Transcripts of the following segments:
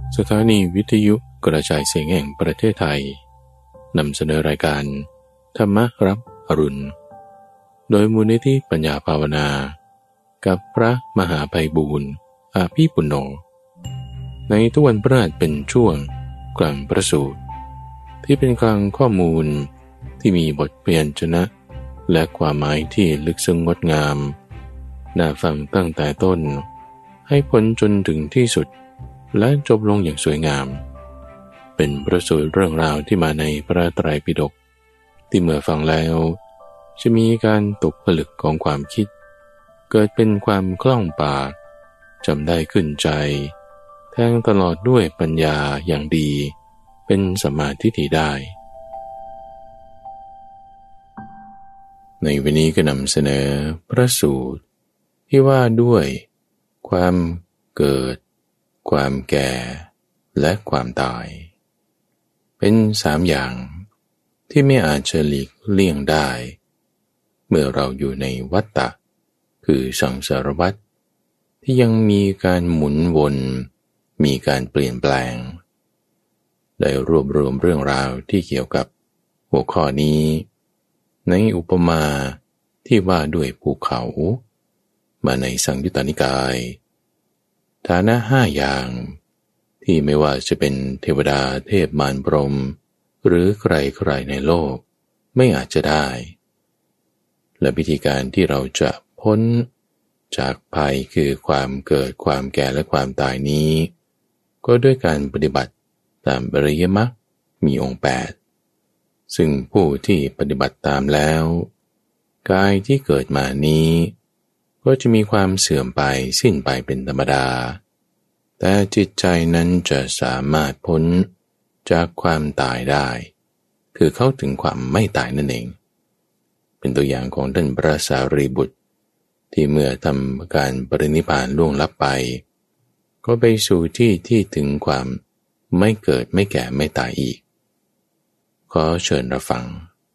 สถานีวิทยุกระจายเสียงแห่งประเทศไทยนำเสนอรายการธรรมรับอรุณโดยมูลนิธิปัญญาภาวนากับพระมหาไพบูลย์อาภีปุณโญในทุกวันพฤหัสเป็นช่วงกลางประสูตรที่เป็นกลางข้อมูลที่มีบทเปลี่ยนชนะและความหมายที่ลึกซึ้งงดงามน่าฟังตั้งแต่ต้นให้พ้นจนถึงที่สุดและจบลงอย่างสวยงามเป็นประสูตรเรื่องราวที่มาในพระไตรปิฎกที่เมื่อฟังแล้วจะมีการตกผลึกของความคิดเกิดเป็นความคล่องปากจำได้ขึ้นใจแทงตลอดด้วยปัญญาอย่างดีเป็นสัมมาทิฏฐิได้ในวันนี้ก็นำเสนอพระสูตรที่ว่าด้วยความเกิดความแก่และความตายเป็น3อย่างที่ไม่อาจจะหลีกเลี่ยงได้เมื่อเราอยู่ในวัฏฏะคือสังสารวัฏที่ยังมีการหมุนวนมีการเปลี่ยนแปลงได้รวบรวมเรื่องราวที่เกี่ยวกับหัวข้อนี้ในอุปมาที่ว่าด้วยภูเขามาในสังยุตตนิกายฐานะ5อย่างที่ไม่ว่าจะเป็นเทวดาเทพมารพรหมหรือใครๆในโลกไม่อาจจะได้และวิธีการที่เราจะพ้นจากภัยคือความเกิดความแก่และความตายนี้ก็ด้วยการปฏิบัติตามอริยมรรคมีองค์8ซึ่งผู้ที่ปฏิบัติตามแล้วกายที่เกิดมานี้ก็จะมีความเสื่อมไปสิ้นไปเป็นธรรมดาแต่จิตใจนั้นจะสามารถพ้นจากความตายได้คือเข้าถึงความไม่ตายนั่นเองเป็นตัวอย่างของท่านพระสารีบุตรที่เมื่อทำการปรินิพพานล่วงลับไปก็ไปสู่ที่ถึงความไม่เกิดไม่แก่ไม่ตายอีกขอเชิญรับฟัง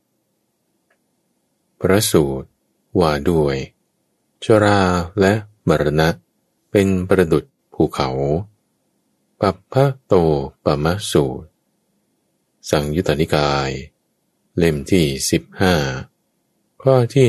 พระสูตรว่าด้วยชราและมรณะเป็นประดุจภูเขาปัปพะโตปมสูตรสังยุตตนิกายเล่มที่15ข้อที่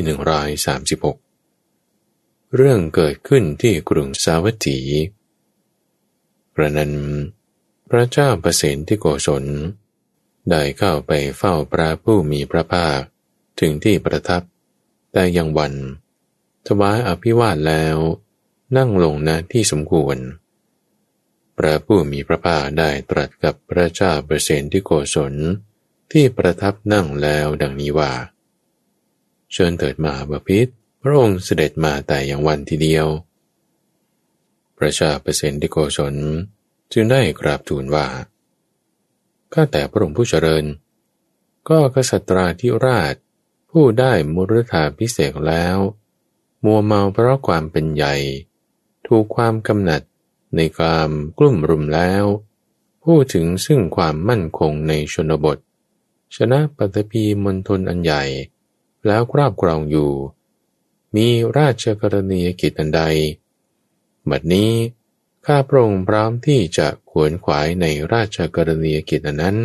136เรื่องเกิดขึ้นที่กรุงสาวัตถีกระนั้นพระเจ้าประเสนที่โกศลได้เข้าไปเฝ้าพระผู้มีพระภาคถึงที่ประทับแต่ยังวันถวายอภิวาทแล้วนั่งลงณที่สมควรพระผู้มีพระภาคได้ตรัสกับพระเจ้าประเสนที่โกศลที่ประทับนั่งแล้วดังนี้ว่าเชิญเถิดมหาบพิตรพระองค์เสด็จมาแต่อย่างวันทีเดียวพระเจ้าประเสนที่โกศลจึงได้กราบทูลว่าข้าแต่พระองค์ผู้เจริญก็กษัตราธิราชผู้ได้มุรธาภิเษกแล้วมัวเมาเพราะความเป็นใหญ่ถูกความกำหนัดในความกลุ่มรุมแล้วผู้ถึงซึ่งความมั่นคงในชนบทชนะปัตตภีมณฑลอันใหญ่แล้วครอบครองอยู่มีราชกรณียกิจอันใดบัดนี้ข้าพระองค์พร้อมที่จะขวนขวายในราชกรณียกิจอันนั้น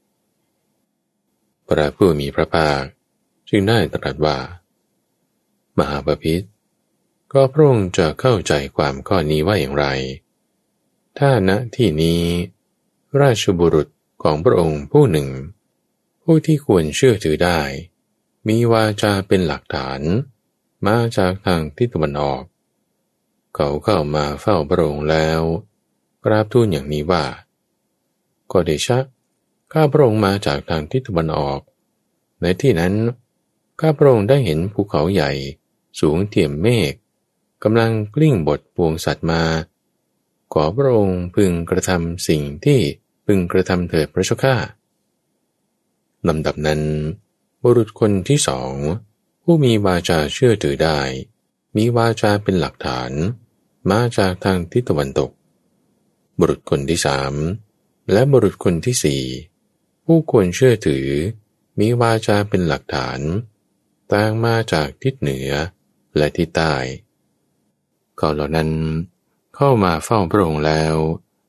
พระผู้มีพระภาคจึงได้ตรัสว่ามหาบพิตรก็พระองค์จะเข้าใจความข้อนี้ว่าอย่างไรถ้าณที่นี้ราชบุรุษของพระองค์ผู้หนึ่งผู้ที่ควรเชื่อถือได้มีวาจาเป็นหลักฐานมาจากทางทิศตะวันออกเขาเข้ามาเฝ้าพระองค์แล้วกราบทูลอย่างนี้ว่าก็เดชะข้าพระองค์มาจากทางทิศตะวันออกในที่นั้นข้าพระองค์ได้เห็นภูเขาใหญ่สูงเทียมเมฆกำลังกลิ้งบดปวงสัตว์มาขอพระองค์พึงกระทำสิ่งที่พึงกระทำเถิดพระเจ้าข้าลำดับนั้นบุรุษคนที่สองผู้มีวาจาเชื่อถือได้มีวาจาเป็นหลักฐานมาจากทางทิศตะวันตกบุรุษคนที่3และบุรุษคนที่4ผู้ควรเชื่อถือมีวาจาเป็นหลักฐานต่างมาจากทิศเหนือและทิศใต้เขาเหล่านั้นเข้ามาเฝ้าพระองค์แล้ว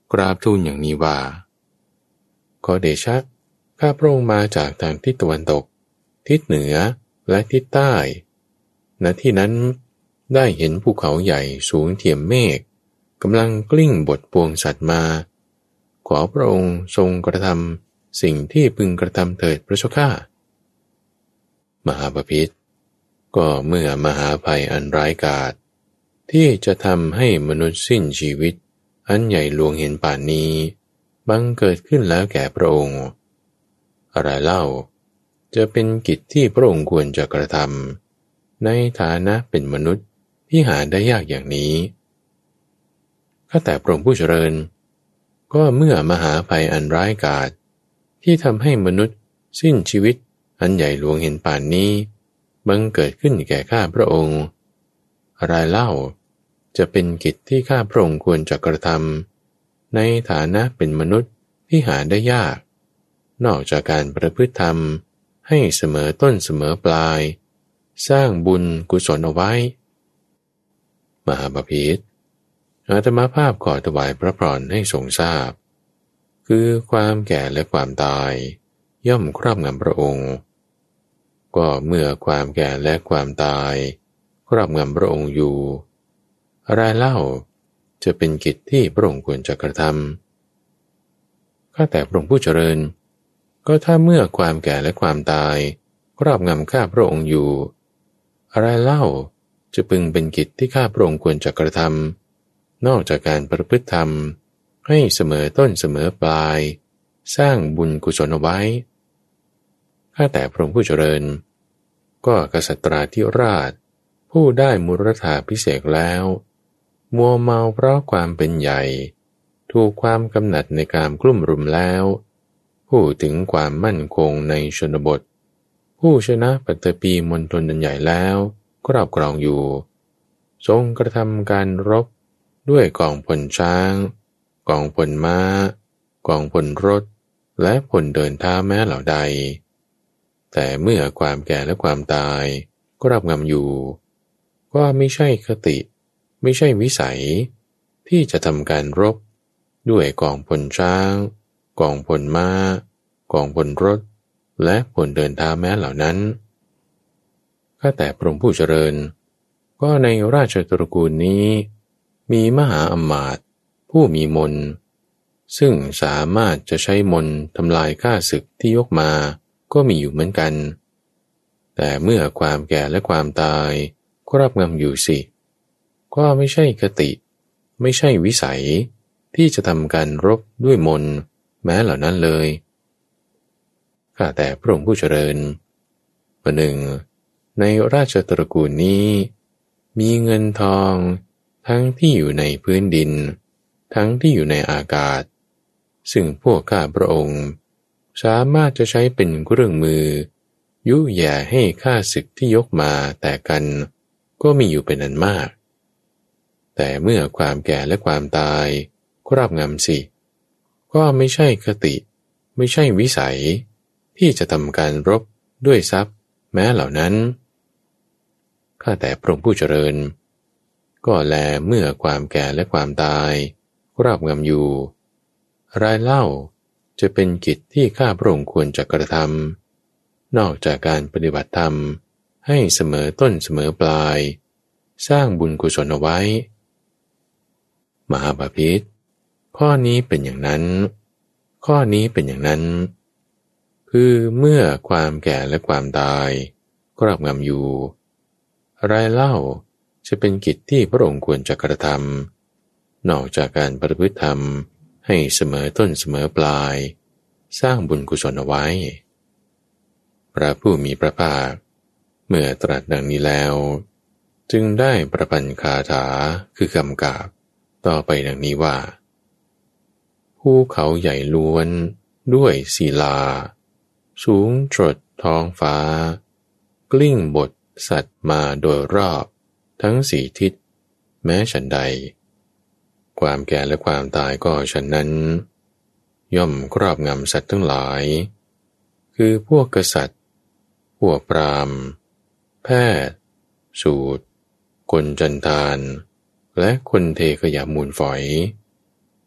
กราบทูลอย่างนี้ว่าขอเดชะข้าพระองค์มาจากทางทิศตะวันตกทิศเหนือและทิศใต้ณที่นั้นได้เห็นภูเขาใหญ่สูงเทียมเมฆกำลังกลิ้งบทปวงสัตว์มาขอพระองค์ทรงกระทำสิ่งที่พึงกระทำเถิดพระเจ้าข้ามหาบพิตรก็เมื่อมหาภัยอันร้ายกาจที่จะทำให้มนุษย์สิ้นชีวิตอันใหญ่หลวงเห็นป่านนี้บังเกิดขึ้นแล้วแก่พระองค์อะไรเล่าจะเป็นกิจที่พระองค์ควรจะกระทำในฐานะเป็นมนุษย์ที่หาได้ยากอย่างนี้ข้าแต่พระองค์ผู้เจริญก็เมื่อมหาภัยอันร้ายกาจที่ทำให้มนุษย์สิ้นชีวิตอันใหญ่หลวงเห็นป่านนี้บังเกิดขึ้นแก่ข้าพระองค์อะไรเล่าจะเป็นกิจที่ข้าพระองค์ควรจะกระทำในฐานะเป็นมนุษย์ที่หาได้ยากนอกจากการประพฤติธรรมให้เสมอต้นเสมอปลายสร้างบุญกุศลเอาไว้มหาบพิตรอาตมาภาพขอถวายพระพรให้ทรงทราบคือความแก่และความตายย่อมครอบงำพระองค์ก็เมื่อความแก่และความตายครอบงำพระองค์อยู่อะไรเล่าจะเป็นกิจที่พระองค์ควรจะกระทำข้าแต่พระองค์ผู้เจริญก็ถ้าเมื่อความแก่และความตายครอบงำข้าพระองค์อยู่อะไรเล่าจะพึงเป็นกิจที่ข้าพระองค์ควรจะกระทำนอกจากการประพฤติธรรมให้เสมอต้นเสมอปลายสร้างบุญกุศลเอาไว้ข้าแต่พระองค์ผู้เจริญก็กษัตราธิราชผู้ได้มุรธาภิเษกแล้วมัวเมาเพราะความเป็นใหญ่ถูกความกำหนัดในการกลุ่มรุมแล้วผู้ถึงความมั่นคงในชนบทผู้ชนะปัตตภีมณฑลใหญ่แล้วครอบครองอยู่ทรงกระทำการรบด้วยกองพลช้างกองพลม้ากองพลรถและพลเดินเท้าแม้เหล่าใดแต่เมื่อความแก่และความตายครอบงำอยู่ก็ไม่ใช่คติไม่ใช่วิสัยที่จะทำการรบด้วยกองพลช้างกองพลม้ากองพลรถและพลเดินเท้าแม้เหล่านั้นข้าแต่พระองค์ผู้เจริญก็ในราชตระกูลนี้มีมหาอมาตย์ผู้มีมนต์ซึ่งสามารถจะใช้มนต์ทำลายข้าศึกที่ยกมาก็มีอยู่เหมือนกันแต่เมื่อความแก่และความตายครอบงำอยู่สิก็ไม่ใช่คติไม่ใช่วิสัยที่จะทำการรบด้วยมนต์แม้เหล่านั้นเลยข้าแต่พระองค์ผู้เจริญประหนึ่งในราชตระกูลนี้มีเงินทองทั้งที่อยู่ในพื้นดินทั้งที่อยู่ในอากาศซึ่งพวกข้าพระองค์สามารถจะใช้เป็นเครื่องมือยุแย่ให้ข้าศึกที่ยกมาแต่กันก็มีอยู่เป็นอันมากแต่เมื่อความแก่และความตายครอบงำสิก็ไม่ใช่คติไม่ใช่วิสัยที่จะทำการรบด้วยทรัพย์แม้เหล่านั้นข้าแต่พระองค์ผู้เจริญก็แลเมื่อความแก่และความตายครอบงำอยู่รายเล่าจะเป็นกิจที่ข้าพระองค์ควรจะกระทำนอกจากการปฏิบัติธรรมให้เสมอต้นเสมอปลายสร้างบุญกุศลเอาไว้มหาบพิตรข้อนี้เป็นอย่างนั้นข้อนี้เป็นอย่างนั้นคือเมื่อความแก่และความตายครอบงำอยู่รายเล่าจะเป็นกิจที่พระองค์ควรจะกระทำนอกจากการประพฤติธรรมให้เสมอต้นเสมอปลายสร้างบุญกุศลเอาไว้พระผู้มีพระภาคเมื่อตรัสดังนี้แล้วจึงได้ประพันธ์คาถาคือกำกาบต่อไปดังนี้ว่าภูเขาใหญ่ล้วนด้วยศิลาสูงตรดท้องฟ้ากลิ้งบทสัตว์มาโดยรอบทั้งสี่ทิศแม้ฉันใดความแก่และความตายก็ฉันนั้นย่อมครอบงำสัตว์ทั้งหลายคือพวกกษัตริย์พวกพราหมณ์แพทย์สูตรคนจันทานและคนเทขยะมูลฝอย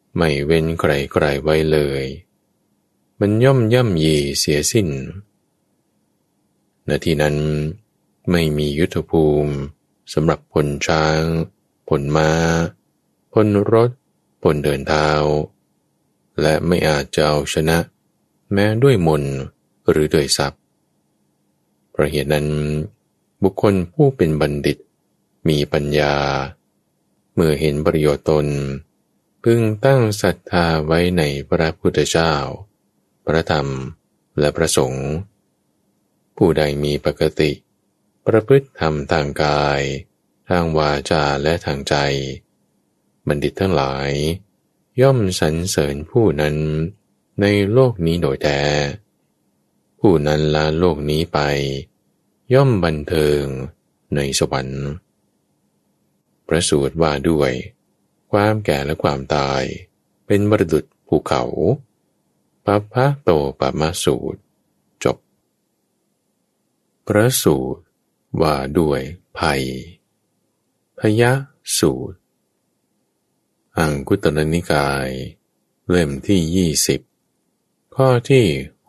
ไม่เว้นใครๆไว้เลยมันย่อมย่ำยีเสียสิ้นณที่นั้นไม่มียุทธภูมิสำหรับพลช้างพลม้าพลรถพลเดินเท้าและไม่อาจจะเอาชนะแม้ด้วยมนต์หรือด้วยทรัพย์เพราะเหตุนั้นบุคคลผู้เป็นบัณฑิตมีปัญญาเมื่อเห็นประโยชน์ตนพึงตั้งศรัทธาไว้ในพระพุทธเจ้าพระธรรมและพระสงฆ์ผู้ใดมีปกติประพฤติธรรมทางกายทางวาจาและทางใจบัณฑิตทั้งหลายย่อมสรรเสริญผู้นั้นในโลกนี้โดยแท้ผู้นั้นละโลกนี้ไปย่อมบันเทิงในสวรรค์พระสูตรว่าด้วยความแก่และความตายเป็นมรดุจภูเขาปัพพะโตปมสูตรจบพระสูตรว่าด้วยภัยพยสูตรอังคุตรนิกายเล่มที่20ข้อที่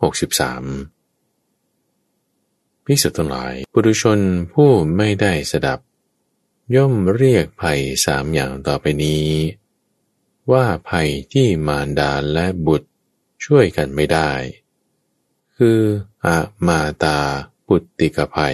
63ภิกษุทั้งหลายปุถุชนผู้ไม่ได้สดับย่อมเรียกภัย3อย่างต่อไปนี้ว่าภัยที่มารดาและบุตรช่วยกันไม่ได้คืออมาตาปุตติกภัย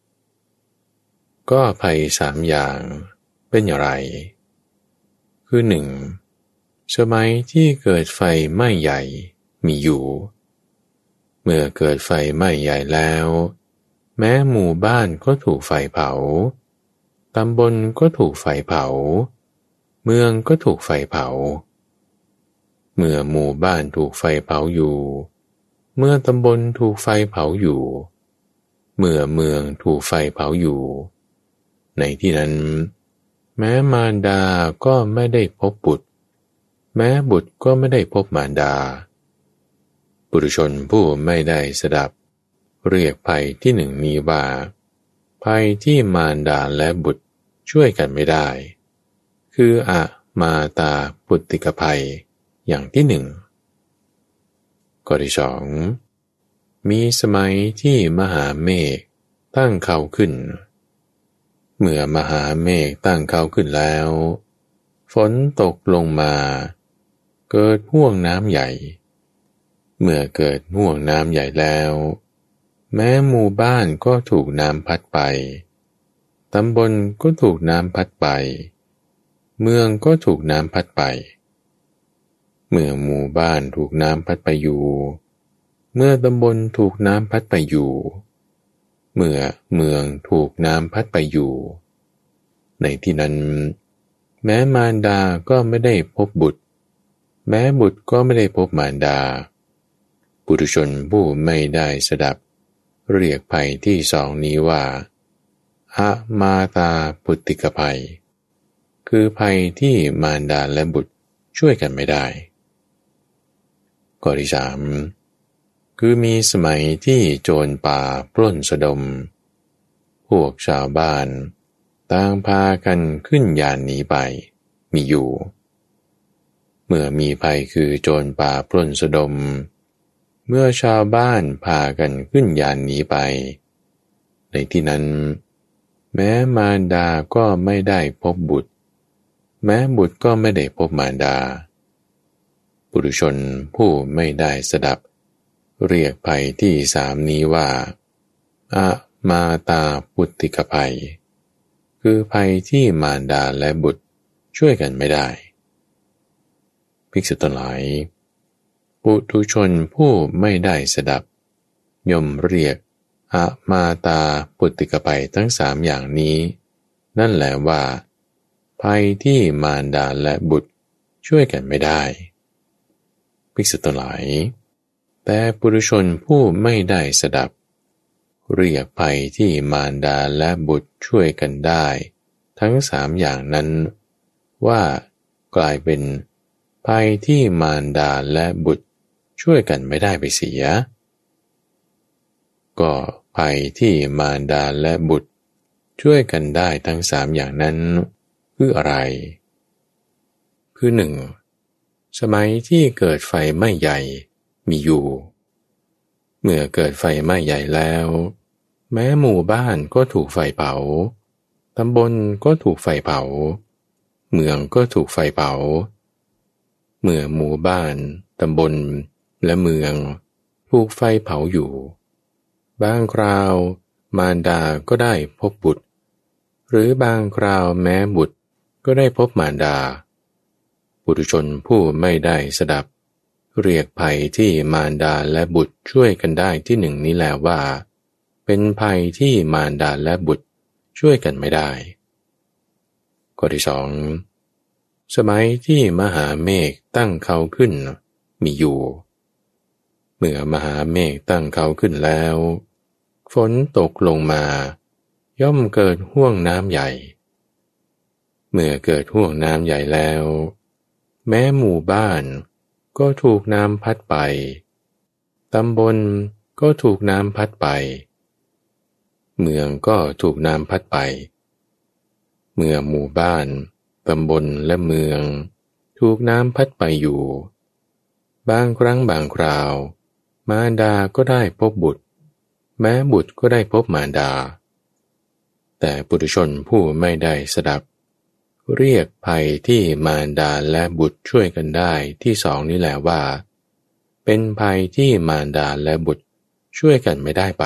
ก็ภัย3อย่างเป็นอย่างไรคือ1สมัยที่เกิดไฟไหม้ใหญ่มีอยู่เมื่อเกิดไฟไหม้ใหญ่แล้วแม้หมู่บ้านก็ถูกไฟเผาตำบลก็ถูกไฟเผาเมืองก็ถูกไฟเผาเมื่อหมู่บ้านถูกไฟเผาอยู่เมื่อตำบลถูกไฟเผาอยู่เมื่อเมืองถูกไฟเผาอยู่ในที่นั้นแม้มารดาก็ไม่ได้พบบุตรแม้บุตรก็ไม่ได้พบมารดาปุถุชนผู้ไม่ได้สดับเรียกภัยที่1นี้ว่าภัยที่มารดาและบุตรช่วยกันไม่ได้คืออมาตาปุตติกภัยอย่างที่1ข้อที่2มีสมัยที่มหาเมฆตั้งเขาขึ้นเมื่อมหาเมฆตั้งเขาขึ้นแล้วฝนตกลงมาเกิดห่วงน้ำใหญ่เมื่อเกิดห่วงน้ำใหญ่แล้วแม้หมู่บ้านก็ถูกน้ำพัดไปตำบลก็ถูกน้ำพัดไปเมืองก็ถูกน้ำพัดไปเมื่อหมู่บ้านถูกน้ำพัดไปอยู่เมื่อตำบลถูกน้ำพัดไปอยู่เมื่อเมืองถูกน้ำพัดไปอยู่ในที่นั้นแม้มารดาก็ไม่ได้พบบุตรแม้บุตรก็ไม่ได้พบมารดาปุถุชนผู้ไม่ได้สดับเรียกภัยที่2นี้ว่าอมาตาปุตติกภัยคือภัยที่มารดาและบุตรช่วยกันไม่ได้ข้อที่3คือมีสมัยที่โจรป่าปล้นสะดมพวกชาวบ้านต่างพากันขึ้นยานหนีไปมีอยู่เมื่อมีภัยคือโจรป่าปล้นสะดมเมื่อชาวบ้านพากันขึ้นยานหนีไปในที่นั้นแม้มารดาก็ไม่ได้พบบุตรแม้บุตรก็ไม่ได้พบมารดาปุถุชนผู้ไม่ได้สดับเรียกภัยที่3นี้ว่าอมาตาปุตติกภัยคือภัยที่มารดาและบุตรช่วยกันไม่ได้ภิกษุทั้งหลายปุถุชนผู้ไม่ได้สดับย่อมเรียกอมาตาปุตติกภัยทั้ง3อย่างนี้นั่นแหละว่าภัยที่มารดาและบุตรช่วยกันไม่ได้ภิกษุทั้งหลายแต่ปุถุชนผู้ไม่ได้สดับเรียกภัยที่มารดาและบุตรช่วยกันได้ทั้ง3อย่างนั้นว่ากลายเป็นภัยที่มารดาและบุตรช่วยกันไม่ได้ไปเสียก็ภัยที่มารดาและบุตรช่วยกันได้ทั้ง3อย่างนั้นคืออะไรคือสมัยที่เกิดไฟไหม้ใหญ่มีอยู่ เมื่อเกิดไฟไหม้ใหญ่แล้วแม้หมู่บ้านก็ถูกไฟเผาตำบลก็ถูกไฟเผาเมืองก็ถูกไฟเผาเมื่อหมู่บ้านตำบลและเมืองถูกไฟเผาอยู่บางคราวมารดาก็ได้พบบุตรหรือบางคราวแม้บุตรก็ได้พบมารดาปุถุชนผู้ไม่ได้สดับเรียกภัยที่มารดาและบุตรช่วยกันได้ที่หนึ่งนี้แล้วว่าเป็นภัยที่มารดาและบุตรช่วยกันไม่ได้ข้อที่สองสมัยที่มหาเมฆตั้งเขาขึ้นมีอยู่เมื่อมหาเมฆตั้งเขาขึ้นแล้วฝนตกลงมาย่อมเกิดห้วงน้ำใหญ่เมื่อเกิดห้วงน้ำใหญ่แล้วแม้หมู่บ้านก็ถูกน้ำพัดไปตำบลก็ถูกน้ำพัดไปเมืองก็ถูกน้ำพัดไปเมื่อหมู่บ้านตำบลและเมืองถูกน้ำพัดไปอยู่บางครั้งบางคราวมารดาก็ได้พบบุตรแม้บุตรก็ได้พบมารดาแต่ปุถุชนผู้ไม่ได้สดับเรียกภัยที่มารดาและบุตรช่วยกันได้ที่สองนี้แหละว่าเป็นภัยที่มารดาและบุตรช่วยกันไม่ได้ไป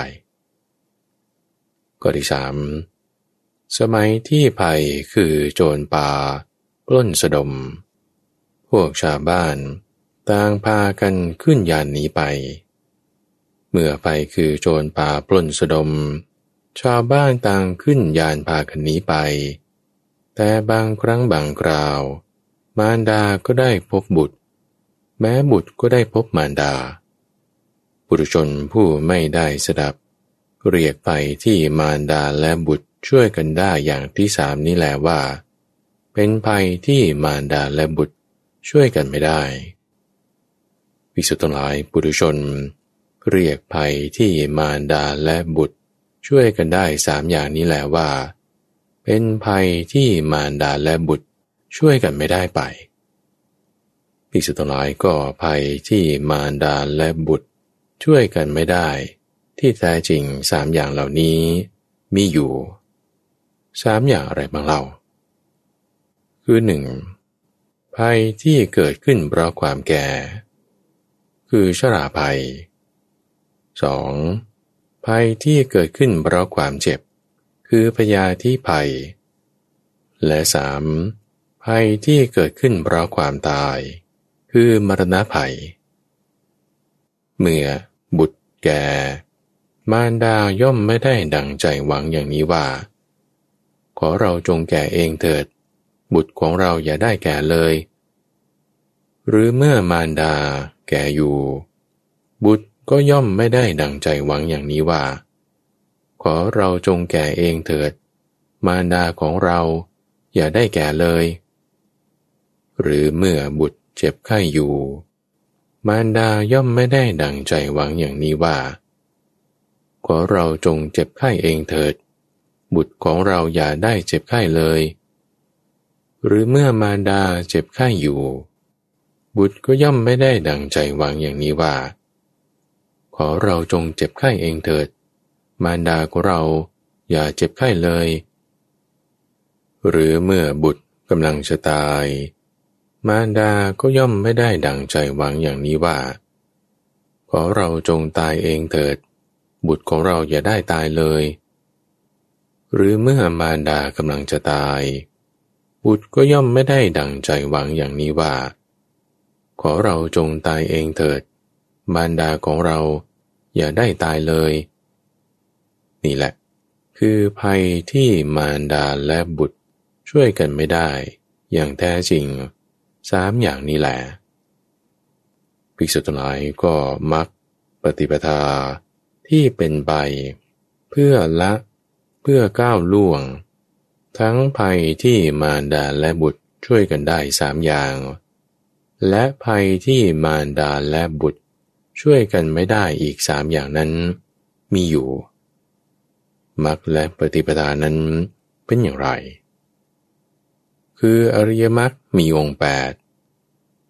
ข้อที่สามสมัยที่ภัยคือโจรป่าปล้นสะดมพวกชาวบ้านต่างพากันขึ้นยานหนีไปเมื่อภัยคือโจรป่าปล้นสะดมชาวบ้านต่างขึ้นยานพากันหนีไปแต่บางครั้งบางคราวมารดาก็ได้พบบุตรแม้บุตรก็ได้พบมารดาปุถุชนผู้ไม่ได้สดับเรียกภัยที่มารดาและบุตรช่วยกันได้อย่างที่สามนี้แหละว่าเป็นภัยที่มารดาและบุตรช่วยกันไม่ได้ภิกษุทั้งหลายปุถุชนเรียกภัยที่มารดาและบุตรช่วยกันได้สามอย่างนี้แหละว่าเป็นภัยที่มารดาและบุตรช่วยกันไม่ได้ไปภิกษุทั้งหลายก็ภัยที่มารดาและบุตรช่วยกันไม่ได้ที่แท้จริงสามอย่างเหล่านี้มีอยู่สามอย่างอะไรบ้างเล่าคือหนึ่งภัยที่เกิดขึ้นเพราะความแก่คือชราภัยสองภัยที่เกิดขึ้นเพราะความเจ็บคือพยาธิภัยและสามภัยที่เกิดขึ้นเพราะความตายคือมรณะภัยเมื่อบุตรแก่มารดาย่อมไม่ได้ดังใจหวังอย่างนี้ว่าขอเราจงแก่เองเถิดบุตรของเราอย่าได้แก่เลยหรือเมื่อมารดาแก่อยู่บุตรก็ย่อมไม่ได้ดังใจหวังอย่างนี้ว่าขอเราจงแก่เองเถิดมารดาของเราอย่าได้แก่เลยหรือเมื่อบุตรเจ็บไข้อยู่มารดาย่อมไม่ได้ดังใจหวังอย่างนี้ว่าขอเราจงเจ็บไข้เองเถิดบุตรของเราอย่าได้เจ็บไข้เลยหรือเมื่อมารดาเจ็บไข้อยู่บุตรก็ย่อมไม่ได้ดังใจหวังอย่างนี้ว่าขอเราจงเจ็บไข้เองเถิดมารดาของเราอย่าเจ็บไข้เลยหรือเมื่อบุตรกำลังจะตายมารดาก็ย่อมไม่ได้ดังใจหวังอย่างนี้ว่าขอเราจงตายเองเถิดบุตรของเราอย่าได้ตายเลยหรือเมื่อมารดากำลังจะตายบุตรก็ย่อมไม่ได้ดังใจหวังอย่างนี้ว่าขอเราจงตายเองเถิดมารดาของเราอย่าได้ตายเลยนี่แหละคือภัยที่มารดาและบุตรช่วยกันไม่ได้อย่างแท้จริงสามอย่างนี้แหละภิกษุทั้งหลายก็มักปฏิปทาที่เป็นไปเพื่อละเพื่อก้าวล่วงทั้งภัยที่มารดาและบุตรช่วยกันได้สามอย่างและภัยที่มารดาและบุตรช่วยกันไม่ได้อีกสามอย่างนั้นมีอยู่มรรคและปฏิปทานั้นเป็นอย่างไรคืออริยมรรคมีองค์แปด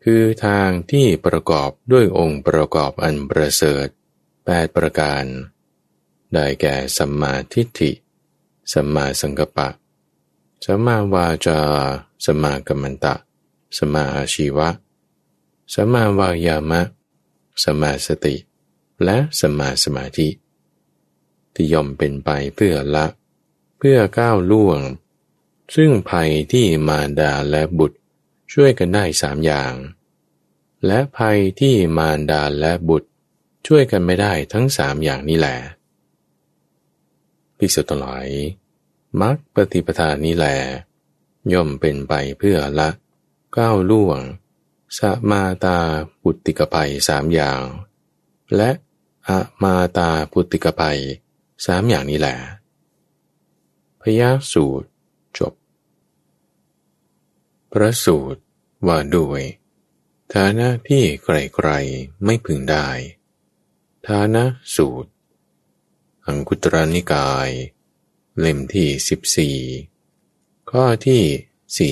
คือทางที่ประกอบด้วยองค์ประกอบอันประเสริฐ8ประการได้แก่สัมมาทิฏฐิสัมมาสังกัปปะสัมมาวาจาสัมมากัมมันตะสัมมาอาชีวะสัมมาวายามะสัมมาสติและสัมมาสมาธิที่ย่อมเป็นไปเพื่อละเพื่อก้าวล่วงซึ่งภัยที่มารดาและบุตรช่วยกันได้3อย่างและภัยที่มารดาและบุตรช่วยกันไม่ได้ทั้ง3อย่างนี้แหละภิกษุทั้งหลายมรรคปฏิปทานี้แลย่อมเป็นไปเพื่อละก้าวล่วงสมาตาปุตติกภัย3อย่างและอมาตาปุตติกภัย3อย่างนี้แหละพยสูตรจบพระสูตรว่าด้วยฐานะที่ใครๆไม่พึงได้ฐานะสูตรอังคุตรนิกายเล่มที่14ข้อที่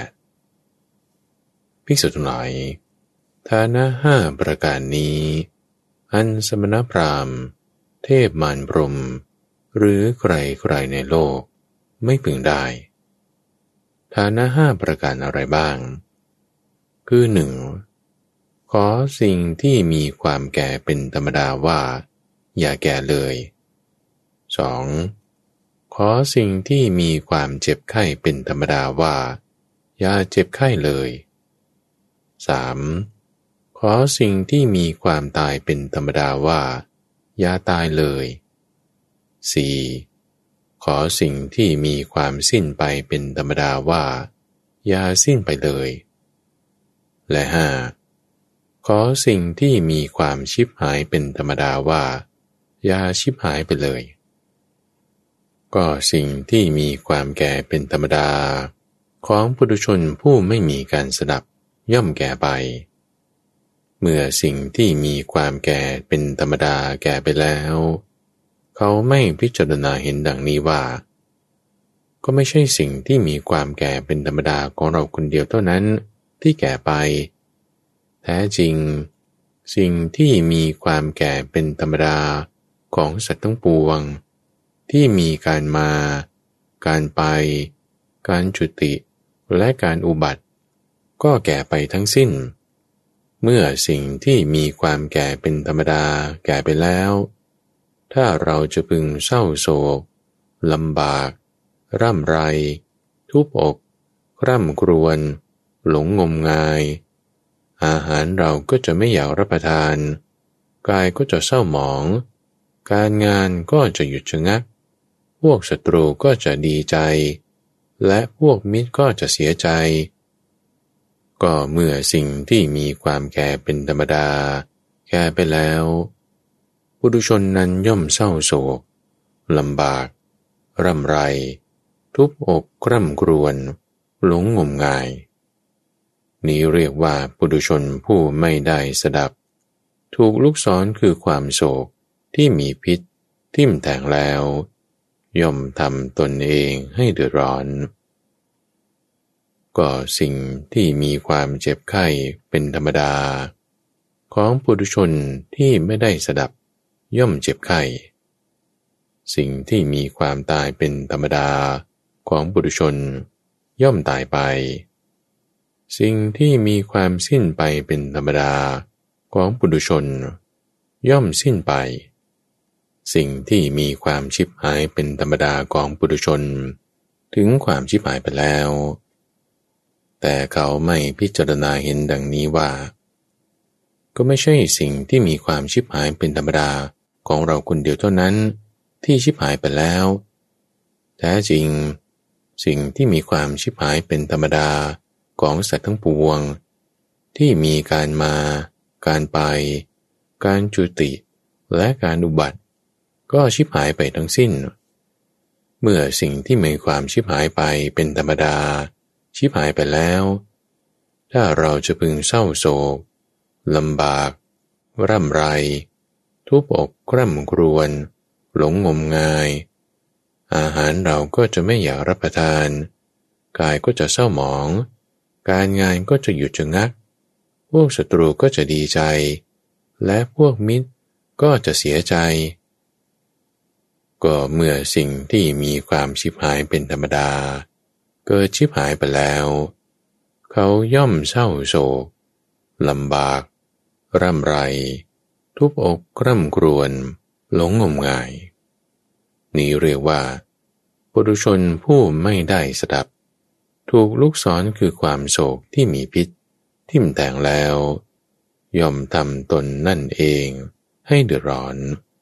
48ภิกษุทั้งหลายฐานะ5ประการนี้อันสมณพราหมณ์เทพมารพรหมหรือใครๆในโลกไม่พึงได้ฐานะ5ประการอะไรบ้างคือ 1. ขอสิ่งที่มีความแก่เป็นธรรมดาว่าอย่าแก่เลย 2. ขอสิ่งที่มีความเจ็บไข้เป็นธรรมดาว่าอย่าเจ็บไข้เลย 3. ขอสิ่งที่มีความตายเป็นธรรมดาว่าอย่าตายเลย 4. ขอสิ่งที่มีความสิ้นไปเป็นธรรมดาว่าอย่าสิ้นไปเลยและ 5. ขอสิ่งที่มีความชิบหายเป็นธรรมดาว่าอย่าชิบหายไปเลยก็สิ่งที่มีความแก่เป็นธรรมดาของปุถุชนผู้ไม่มีการสดับย่อมแก่ไปเมื่อสิ่งที่มีความแก่เป็นธรรมดาแก่ไปแล้วเขาไม่พิจารณาเห็นดังนี้ว่าก็ไม่ใช่สิ่งที่มีความแก่เป็นธรรมดาของเราคนเดียวเท่านั้นที่แก่ไปแท้จริงสิ่งที่มีความแก่เป็นธรรมดาของสัตว์ทั้งปวงที่มีการมาการไปการจุติและการอุบัติก็แก่ไปทั้งสิ้นเมื่อสิ่งที่มีความแก่เป็นธรรมดาแก่ไปแล้วถ้าเราจะพึงเศร้าโศกลำบากร่ำไรทุบอกคร่ำครวญหลงงมงายอาหารเราก็จะไม่อยากรับประทานกายก็จะเศร้าหมองการงานก็จะหยุดชะงักพวกศัตรูก็จะดีใจและพวกมิตรก็จะเสียใจก็เมื่อสิ่งที่มีความแก่เป็นธรรมดาแก่ไปแล้วปุถุชนนั้นย่อมเศร้าโศกลำบากร่ำไรทุบอกคร่ำครวญหลงงมงายนี้เรียกว่าปุถุชนผู้ไม่ได้สดับถูกลูกศรคือความโศกที่มีพิษทิ่มแทงแล้วย่อมทำตนเองให้เดือดร้อนก็สิ่งที่มีความเจ็บไข้เป็นธรรมดาของปุถุชนที่ไม่ได้สดับย่อมเจ็บไข้สิ่งที่มีความตายเป็นธรรมดาของปุถุชนย่อมตายไปสิ่งที่มีความสิ้นไปเป็นธรรมดาของปุถุชนย่อมสิ้นไปสิ่งที่มีความชิบหายเป็นธรรมดาของปุถุชนถึงความชิบหายไปแล้วแต่เขาไม่พิจารณาเห็นดังนี้ว่าก็ไม่ใช่สิ่งที่มีความชิบหายเป็นธรรมดาของเราคนเดียวเท่านั้นที่ชิบหายไปแล้วแท้จริงสิ่งที่มีความชิบหายเป็นธรรมดาของสัตว์ทั้งปวงที่มีการมาการไปการจุติและการอุบัติก็ชิบหายไปทั้งสิ้นเมื่อสิ่งที่มีความชิบหายไปเป็นธรรมดาชิบหายไปแล้วถ้าเราจะพึงเศร้าโศกลำบากร่ำไรทุบอกคร่ำครวญหลงงมงายอาหารเราก็จะไม่อยากรับประทานกายก็จะเศร้าหมองการงานก็จะหยุดชะงักพวกศัตรูก็จะดีใจและพวกมิตรก็จะเสียใจก็เมื่อสิ่งที่มีความชิบหายเป็นธรรมดาเกิดชิบหายไปแล้วเขาย่อมเศร้าโศกลำบากร่ำไรทุบอกคร่ำครวญหลงงมงายนี้เรียกว่าปุถุชนผู้ไม่ได้สดับถูกลูกศรคือความโศกที่มีพิษทิ่มแทงแล้วย่อมทำตนนั่นเองให้เดือดร้อน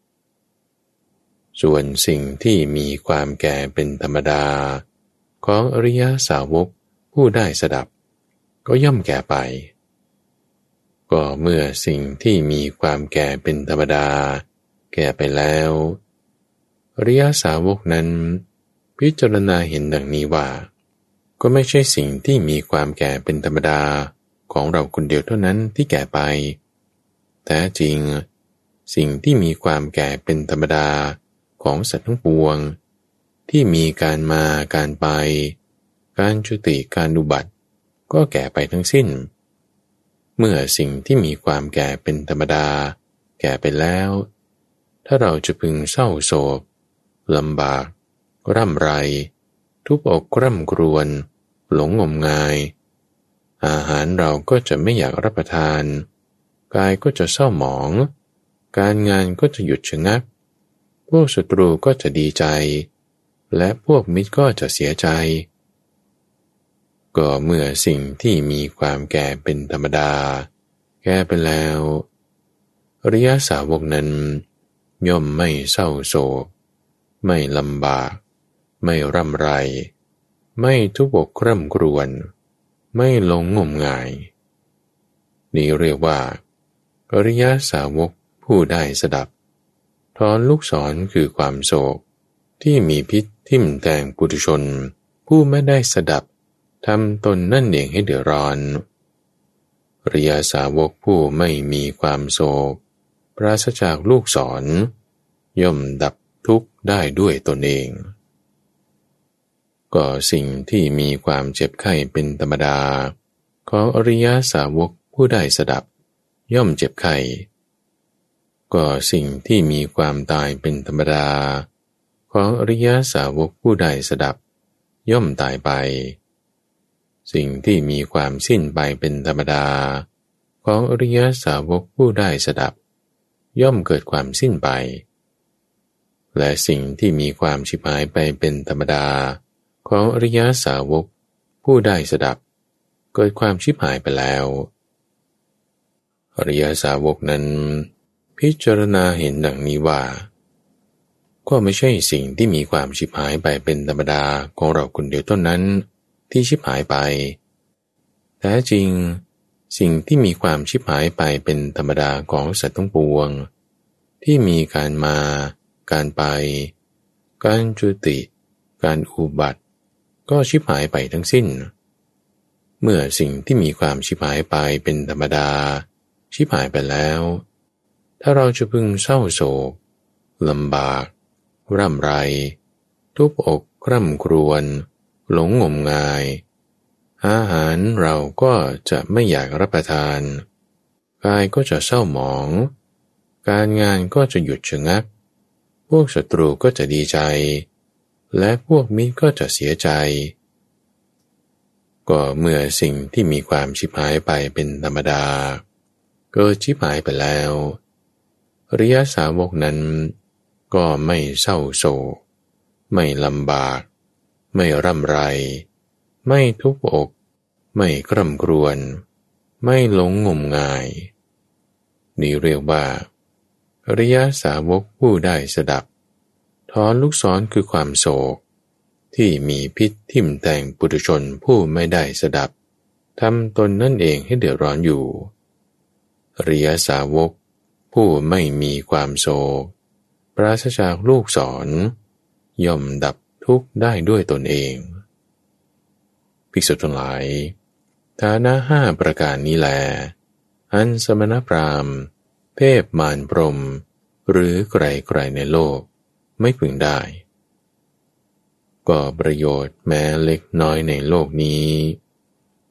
ส่วนสิ่งที่มีความแก่เป็นธรรมดาของอริยสาวกผู้ได้สดับก็ย่อมแก่ไปก็เมื่อสิ่งที่มีความแก่เป็นธรรมดาแก่ไปแล้วอริยสาวกนั้นพิจารณาเห็นดังนี้ว่าก็ไม่ใช่สิ่งที่มีความแก่เป็นธรรมดาของเราคนเดียวเท่านั้นที่แก่ไปแท้จริงสิ่งที่มีความแก่เป็นธรรมดาของสัตว์ทั้งปวงที่มีการมาการไปการจุติการอุบัติก็แก่ไปทั้งสิ้นเมื่อสิ่งที่มีความแก่เป็นธรรมดาแก่ไปแล้วถ้าเราจะพึงเศร้าโศกลำบากร่ำไรทุบอกคร่ำครวญหลงงมงายอาหารเราก็จะไม่อยากรับประทานกายก็จะเศร้าหมองการงานก็จะหยุดชะงักพวกศัตรูก็จะดีใจและพวกมิตรก็จะเสียใจก็เมื่อสิ่งที่มีความแก่เป็นธรรมดาแก่ไปแล้วอริยสาวกนั้นย่อมไม่เศร้าโศกไม่ลำบากไม่ร่ำไรไม่ทุบอกคร่ำครวญไม่หลงงมงายนี้เรียกว่าอริยสาวกผู้ได้สดับถอนลูกศรคือความโศกที่มีพิษทิ่มแทงปุถุชนผู้ไม่ได้สดับทำตนนั่นเองให้เดือดร้อนอริยสาวกผู้ไม่มีความโศกปราศจากลูกศรย่อมดับทุกข์ได้ด้วยตนเองก็สิ่งที่มีความเจ็บไข้เป็นธรรมดาของอริยสาวกผู้ได้สดับย่อมเจ็บไข้ก็สิ่งที่มีความตายเป็นธรรมดาของอริยสาวกผู้ได้สดับย่อมตายไปสิ่งที่มีความสิ้นไปเป็นธรรมดาของอริยสาวกผู้ได้สดับย่อมเกิดความสิ้นไปและสิ่งที่มีความฉิบหายไปเป็นธรรมดาของอริยสาวกผู้ได้สดับเกิดความฉิบหายไปแล้วอริยสาวกนั้นพิจารณาเห็นดังนี้ว่าก็ไม่ใช่สิ่งที่มีความฉิบหายไปเป็นธรรมดาของเราคนเดียวเท่านั้นที่ฉิบหายไปแท้จริงสิ่งที่มีความฉิบหายไปเป็นธรรมดาของสัตว์ทั้งปวงที่มีการมาการไปการจุติการอุบัติก็ฉิบหายไปทั้งสิ้นเมื่อสิ่งที่มีความฉิบหายไปเป็นธรรมดาฉิบหายไปแล้วถ้าเราจะพึงเศร้าโศกลำบากร่ำไรทุบอกคร่ำครวญหลงงมงายอาหารเราก็จะไม่อยากรับประทานกายก็จะเศร้าหมองการงานก็จะหยุดชะงักพวกศัตรูก็จะดีใจและพวกมิตรก็จะเสียใจก็เมื่อสิ่งที่มีความฉิบหายไปเป็นธรรมดาเกิดฉิบหายไปแล้วอริยสาวกนั้นก็ไม่เศร้าโศกไม่ลำบากไม่ร่ำไรไม่ทุบอกไม่คร่ำครวญไม่หลงงมงายนี้เรียกว่าอริยสาวกผู้ได้สดับถอนลูกศรคือความโศกที่มีพิษทิ่มแทงปุถุชนผู้ไม่ได้สดับทำตนนั่นเองให้เดือดร้อนอยู่อริยสาวกผู้ไม่มีความโศกปราศจากลูกศรย่อมดับทุกข์ได้ด้วยตนเองภิกษุทั้งหลายฐานะ5ประการนี้แลอันสมณพราหมณ์เทพมารพรหมหรือใครๆในโลกไม่พึงได้ก็ประโยชน์แม้เล็กน้อยในโลกนี้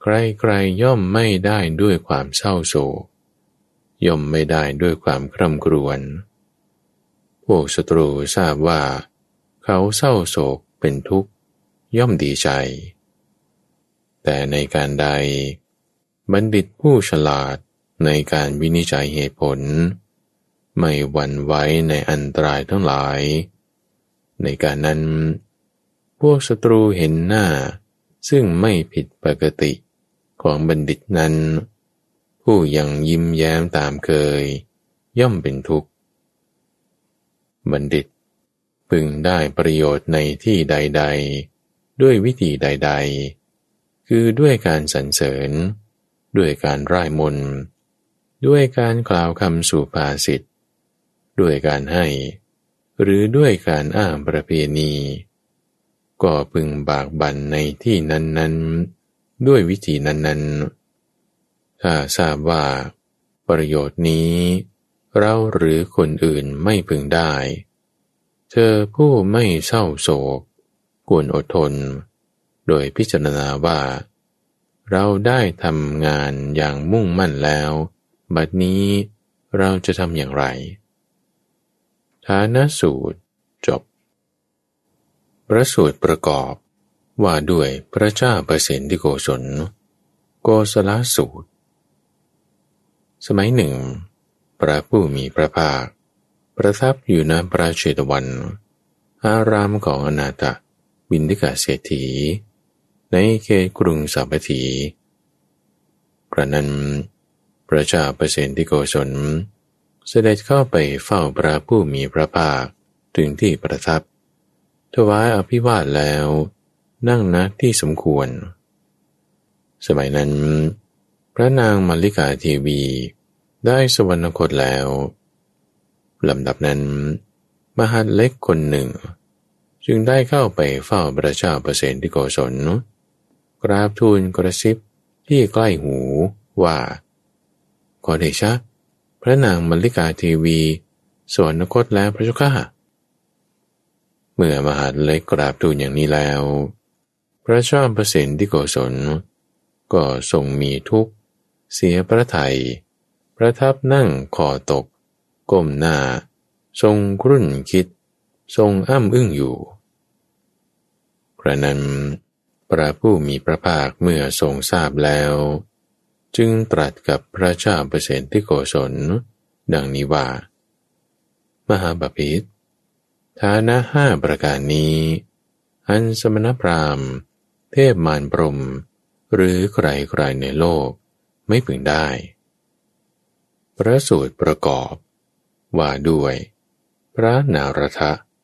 ใครๆย่อมไม่ได้ด้วยความเศร้าโศกย่อมไม่ได้ด้วยความคร่ำครวญพวกศัตรูทราบว่าเขาเศร้าโศกเป็นทุกข์ย่อมดีใจแต่ในการใดบัณฑิตผู้ฉลาดในการวินิจฉัยเหตุผลไม่หวั่นไหวในอันตรายทั้งหลายในการนั้นพวกศัตรูเห็นหน้าซึ่งไม่ผิดปกติของบัณฑิตนั้นผู้ยังยิ้มแย้มตามเคยย่อมเป็นทุกข์บัณฑิตพึงได้ประโยชน์ในที่ใดๆด้วยวิธีใดๆคือด้วยการสรรเสริญด้วยการร่ายมนต์ด้วยการกล่าวคำสุภาษิตด้วยการให้หรือด้วยการอ้างประเพณีก็พึงบากบั่นในที่นั้นๆด้วยวิธีนั้นๆถ้าทราบว่าประโยชน์นี้เราหรือคนอื่นไม่พึงได้เธอผู้ไม่เศร้าโศกควรอดทนโดยพิจารณาว่าเราได้ทำงานอย่างมุ่งมั่นแล้วบัดนี้เราจะทำอย่างไรฐานะสูตรจบพระสูตรประกอบว่าด้วยพระเจ้าประสิทธิโกศลโกศลสูตรสมัยหนึ่งพระผู้มีพระภาคประทับอยู่ณพระเชตวันอารามของอนาถบิณฑิกเศรษฐีในเขตกรุงสาวัตถีกระนั้นพระเจ้าประสิทธิโกศลเสด็จเข้าไปเฝ้าพระผู้มีพระภาคถึงที่ประทับถวายอภิวาทแล้วนั่งณที่สมควรสมัยนั้นพระนางมัลลิกาเทวีได้สวรรคตแล้วลำดับนั้นมหาดเล็กคนหนึ่งจึงได้เข้าไปเฝ้าพระเจ้าประสิทธิโกศลกราบทูลกระซิบที่ใกล้หูว่าขอเดชะพระนางมัลลิกาเทวีสวรรคตแล้วพระเจ้าข้าเมื่อมหาดเล็กกราบทูลอย่างนี้แล้วพระเจ้าประสิทธิโกศลก็ทรงมีทุกข์เสียพระทัยประทับนั่งคอตกก้มหน้าทรงครุ่นคิดทรงอ้ำอึ้งอยู่กระนั้นพระผู้มีพระภาคเมื่อทรงทราบแล้วจึงตรัสกับพระเจ้าประสิทธิโกศลดังนี้ว่ามหาบพิตรฐานะ5ประการนี้อันสมณพราหมณ์เทพมารพรหมหรือใครๆในโลกไม่พึงได้พระสูตรประกอบว่าด้วยพระนารถ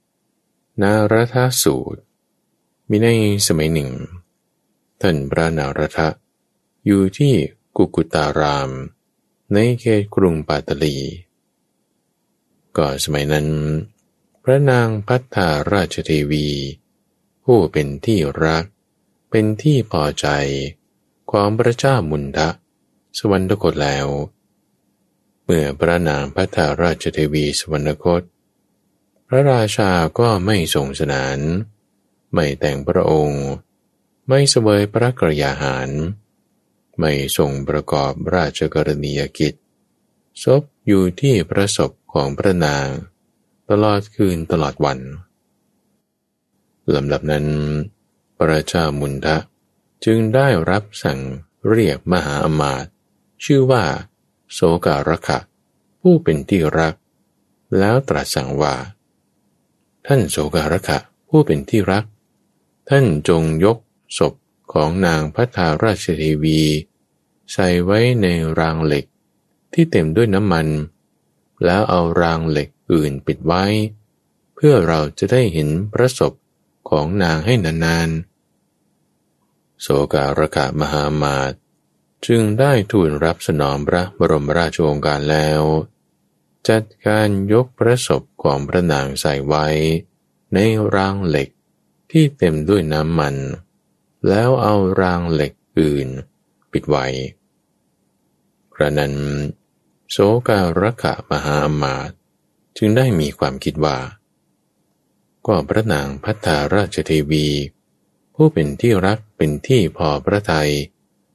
สูตรมีในสมัยหนึ่งท่านพระนารถอยู่ที่กุกุตารามในเขตกรุงปาตลีก็สมัยนั้นพระนางพัทธาราชเทวีผู้เป็นที่รักเป็นที่พอใจของพระเจ้ามุนทะสวรรคตแล้วเมื่อพระนางพัทธาราชเทวีสวรรคตพระราชาก็ไม่ทรงสนานไม่แต่งพระองค์ไม่เสวยพระกรยาหารไม่ทรงประกอบราชกรณียกิจศพอยู่ที่พระศพของพระนางตลอดคืนตลอดวันลำดับนั้นพระเจ้ามุนทะจึงได้รับสั่งเรียกมหาอมาตย์ชื่อว่าโสการคะ ผู้เป็นที่รักแล้วตรัสสั่งว่าท่านโสการคะผู้เป็นที่รักท่านจงยกศพของนางพัทธาราชเทวีใส่ไว้ในรางเหล็กที่เต็มด้วยน้ำมันแล้วเอารางเหล็กอื่นปิดไว้เพื่อเราจะได้เห็นพระศพของนางให้นานๆโสการคะมหามาตย์จึงได้ทูลรับสนองพระบรมราชโองการแล้วจัดการยกพระศพของพระนางใส่ไว้ในรางเหล็กที่เต็มด้วยน้ำมันแล้วเอารางเหล็กอื่นปิดไว้กระนั้นโสการคะมหาอมาตย์จึงได้มีความคิดว่าก็พระนางพัทธาราชเทวีผู้เป็นที่รักเป็นที่พอพระทัย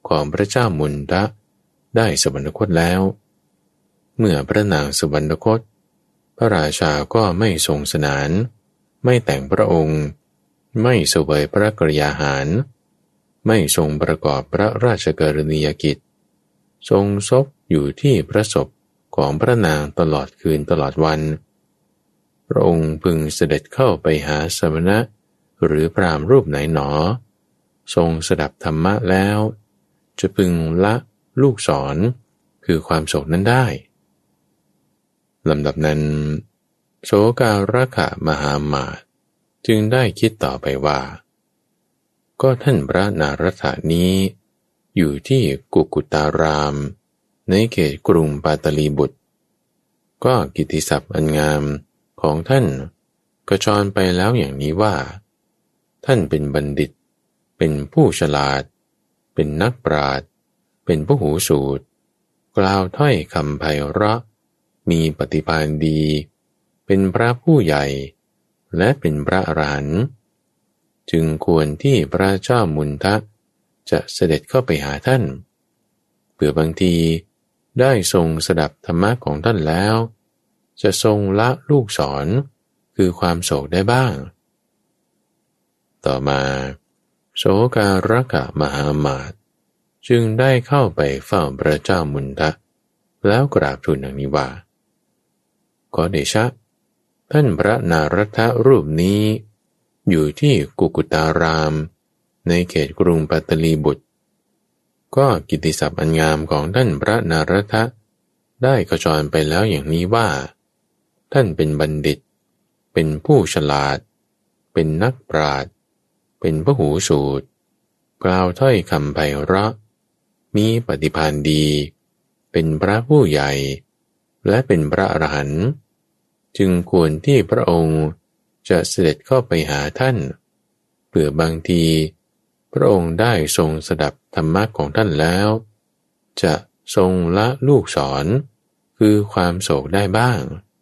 ของพระเจ้ามุนทะได้สวรรคตแล้วเมื่อพระนางสวรรคตพระราชาก็ไม่ทรงสนานไม่แต่งพระองค์ไม่เสวยพระกริยาหารไม่ทรงประกอบพระราชกรณียกิจทรงซบอยู่ที่พระศพของพระนางตลอดคืนตลอดวันพระองค์พึงเสด็จเข้าไปหาสมณะหรือพราหมณ์รูปไหนหนอทรงสดับธรรมะแล้วจะพึงละลูกศรคือความโศกนั้นได้ลำดับนั้นโสการขะมหามาตย์จึงได้คิดต่อไปว่าก็ท่านพระนารถานี้อยู่ที่กุกุตารามในเขตกรุงปาตลีบุตรก็กิตติศัพท์อันงามของท่านกระชอนไปแล้วอย่างนี้ว่าท่านเป็นบัณฑิตเป็นผู้ฉลาดเป็นนักปราชญ์เป็นผู้หูสูตรกล่าวถ้อยคำไพเราะมีปฏิภาณดีเป็นพระผู้ใหญ่และเป็นพระอรหันต์จึงควรที่พระเจ้ามุนทะจะเสด็จเข้าไปหาท่านเผื่อบางทีได้ทรงสดับธรรมะของท่านแล้วจะทรงละลูกศรคือความโศกได้บ้างต่อมาโสการขะมหามาตย์จึงได้เข้าไปเฝ้าพระเจ้ามุนทะแล้วกราบทูลดังนี้ว่าขอเดชะท่านพระนารถรูปนี้อยู่ที่กุกุตารามในเขตกรุงปัตตลีบุตรก็กิตติศัพท์อันงามของท่านพระนารถได้ขจรไปแล้วอย่างนี้ว่าท่านเป็นบัณฑิตเป็นผู้ฉลาดเป็นนักปราชญ์เป็นพหูสูตรกล่าวถ้อยคำไพเราะมีปฏิภาณดีเป็นพระผู้ใหญ่และเป็นพระอรหันต์จึงควรที่พระองค์จะเสด็จเข้าไปหาท่านเผื่อบางทีพระองค์ได้ทรงสดับธรรมะของท่านแล้วจะทรงละลูกศรคือความโศกได้บ้าง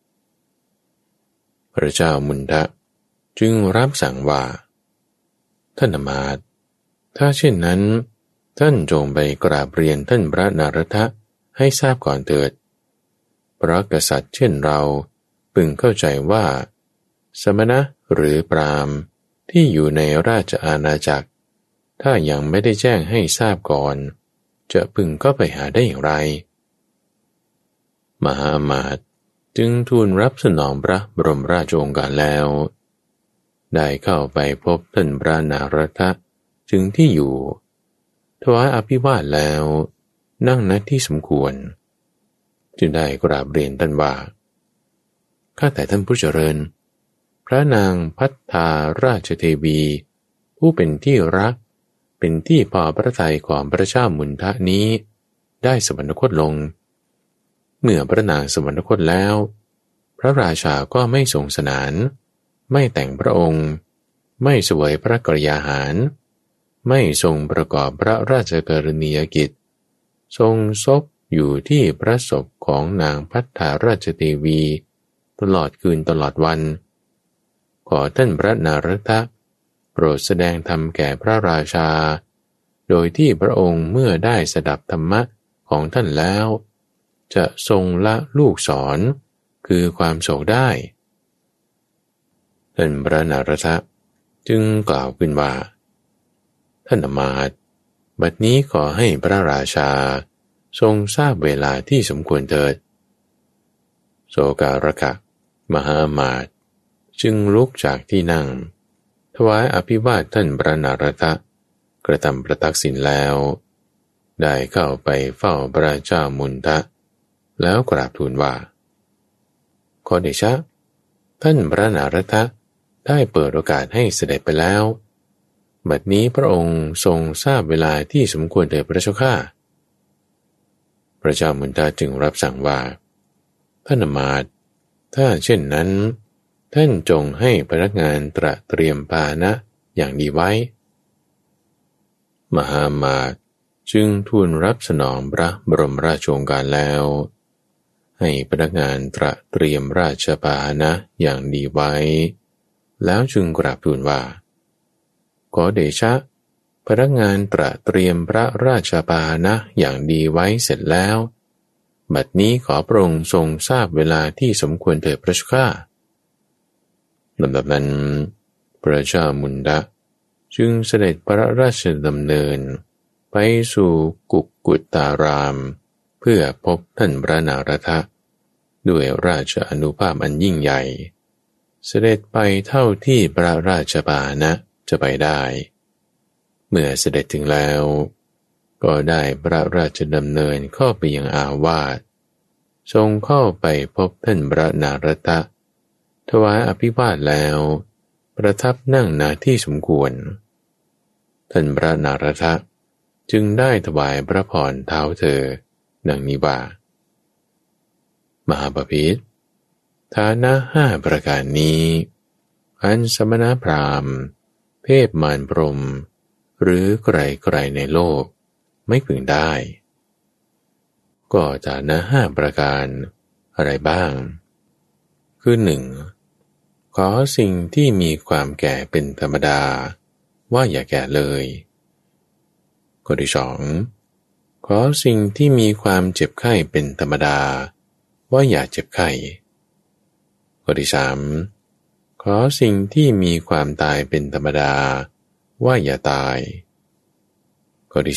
พระเจ้ามุนทะจึงรับสั่งว่าท่านอมาตย์ถ้าเช่นนั้นท่านจงไปกราบเรียนท่านพระนารถให้ทราบก่อนเถิดเพราะกษัตริย์เช่นเราพึงเข้าใจว่าสมณะหรือพราหมณ์ที่อยู่ในราชอาณาจักรถ้ายังไม่ได้แจ้งให้ทราบก่อนจะพึงเข้าไปหาได้อย่างไรมหาอมาตย์จึงทูลรับสนองพระบรมราชโองการแล้วได้เข้าไปพบท่านพระนารถจึงที่อยู่ถวายอภิวาทแล้วนั่งณที่สมควรจึงได้กราบเรียนท่านว่าข้าแต่ท่านผู้เจริญพระนางภัททาราชเทวีผู้เป็นที่รักเป็นที่พอพระทัยของพระเจ้ามุนทะนี้ได้สวรรคตลงเมื่อพระนางสวรรคตแล้วพระราชาก็ไม่ทรงสนานไม่แต่งพระองค์ไม่เสวยพระกริยาหารไม่ทรงประกอบพระราชกรณียกิจทรงซบอยู่ที่พระศพของนางภัททาราชเทวีตลอดคืนตลอดวันขอท่านพระนารถโปรดแสดงธรรมแก่พระราชาโดยที่พระองค์เมื่อได้สดับธรรมะของท่านแล้วจะทรงละลูกศรคือความโศกได้ท่านพระนารถจึงกล่าวขึ้นว่าท่านอมาตย์บัดนี้ขอให้พระราชาทรงทราบเวลาที่สมควรเถิดโสการขะมหาอมาตย์จึงลุกจากที่นั่งถวายอภิวาทท่านพระนารถกระทำประทักษิณแล้วได้เข้าไปเฝ้าพระเจ้ามุนทะแล้วกราบทูลว่าขอเดชะท่านพระนารถได้เปิดโอกาสให้เสด็จไปแล้วบัดนี้พระองค์ทรงทราบเวลาที่สมควรเถิดพระเจ้าข้าพระเจ้ามุนทะจึงรับสั่งว่าท่านอมาตย์ถ้าเช่นนั้นท่านจงให้พนักงานเตรียมพาหนะอย่างดีไว้มหาอมาตย์จึงทูลรับสนองพระบรมราชโองการแล้วให้พนักงานเตรียมราชพาหนะอย่างดีไว้แล้วจึงกราบทูลว่าขอเดชะพนักงานตระเตรียมพระราชพาหนะอย่างดีไว้เสร็จแล้วบัดนี้ขอพระองค์ทรงทราบเวลาที่สมควรเถิดพระเจ้าข้าลำดับนั้นพระเจ้ามุนดะจึงเสด็จพระราชดำเนินไปสู่กุกุตารามเพื่อพบท่านพระนารถะด้วยราชอานุภาพอันยิ่งใหญ่เสด็จไปเท่าที่พระราชพาหนะจะไปได้เมื่อเสด็จถึงแล้วก็ได้พระราชดำเนินเข้าไปยังอาวาสทรงเข้าไปพบท่านพระนารถะถวายอภิวาทแล้วประทับนั่งณที่สมควรท่านพระนารถะจึงได้ถวายพระพรเท้าเธอดังนี้ว่ามหาบพิตรฐานะ5ประการนี้อันสมณพราหมณ์เพศมารพรหมหรือใครๆในโลกไม่พึงได้ก็ฐานะ5ประการอะไรบ้างคือ 1. ขอสิ่งที่มีความแก่เป็นธรรมดาว่าอย่าแก่เลยข้อที่ 2. ขอสิ่งที่มีความเจ็บไข้เป็นธรรมดาว่าอย่าเจ็บไข้ข้อที่ 3. ขอสิ่งที่มีความตายเป็นธรรมดาว่าอย่าตายข้อที่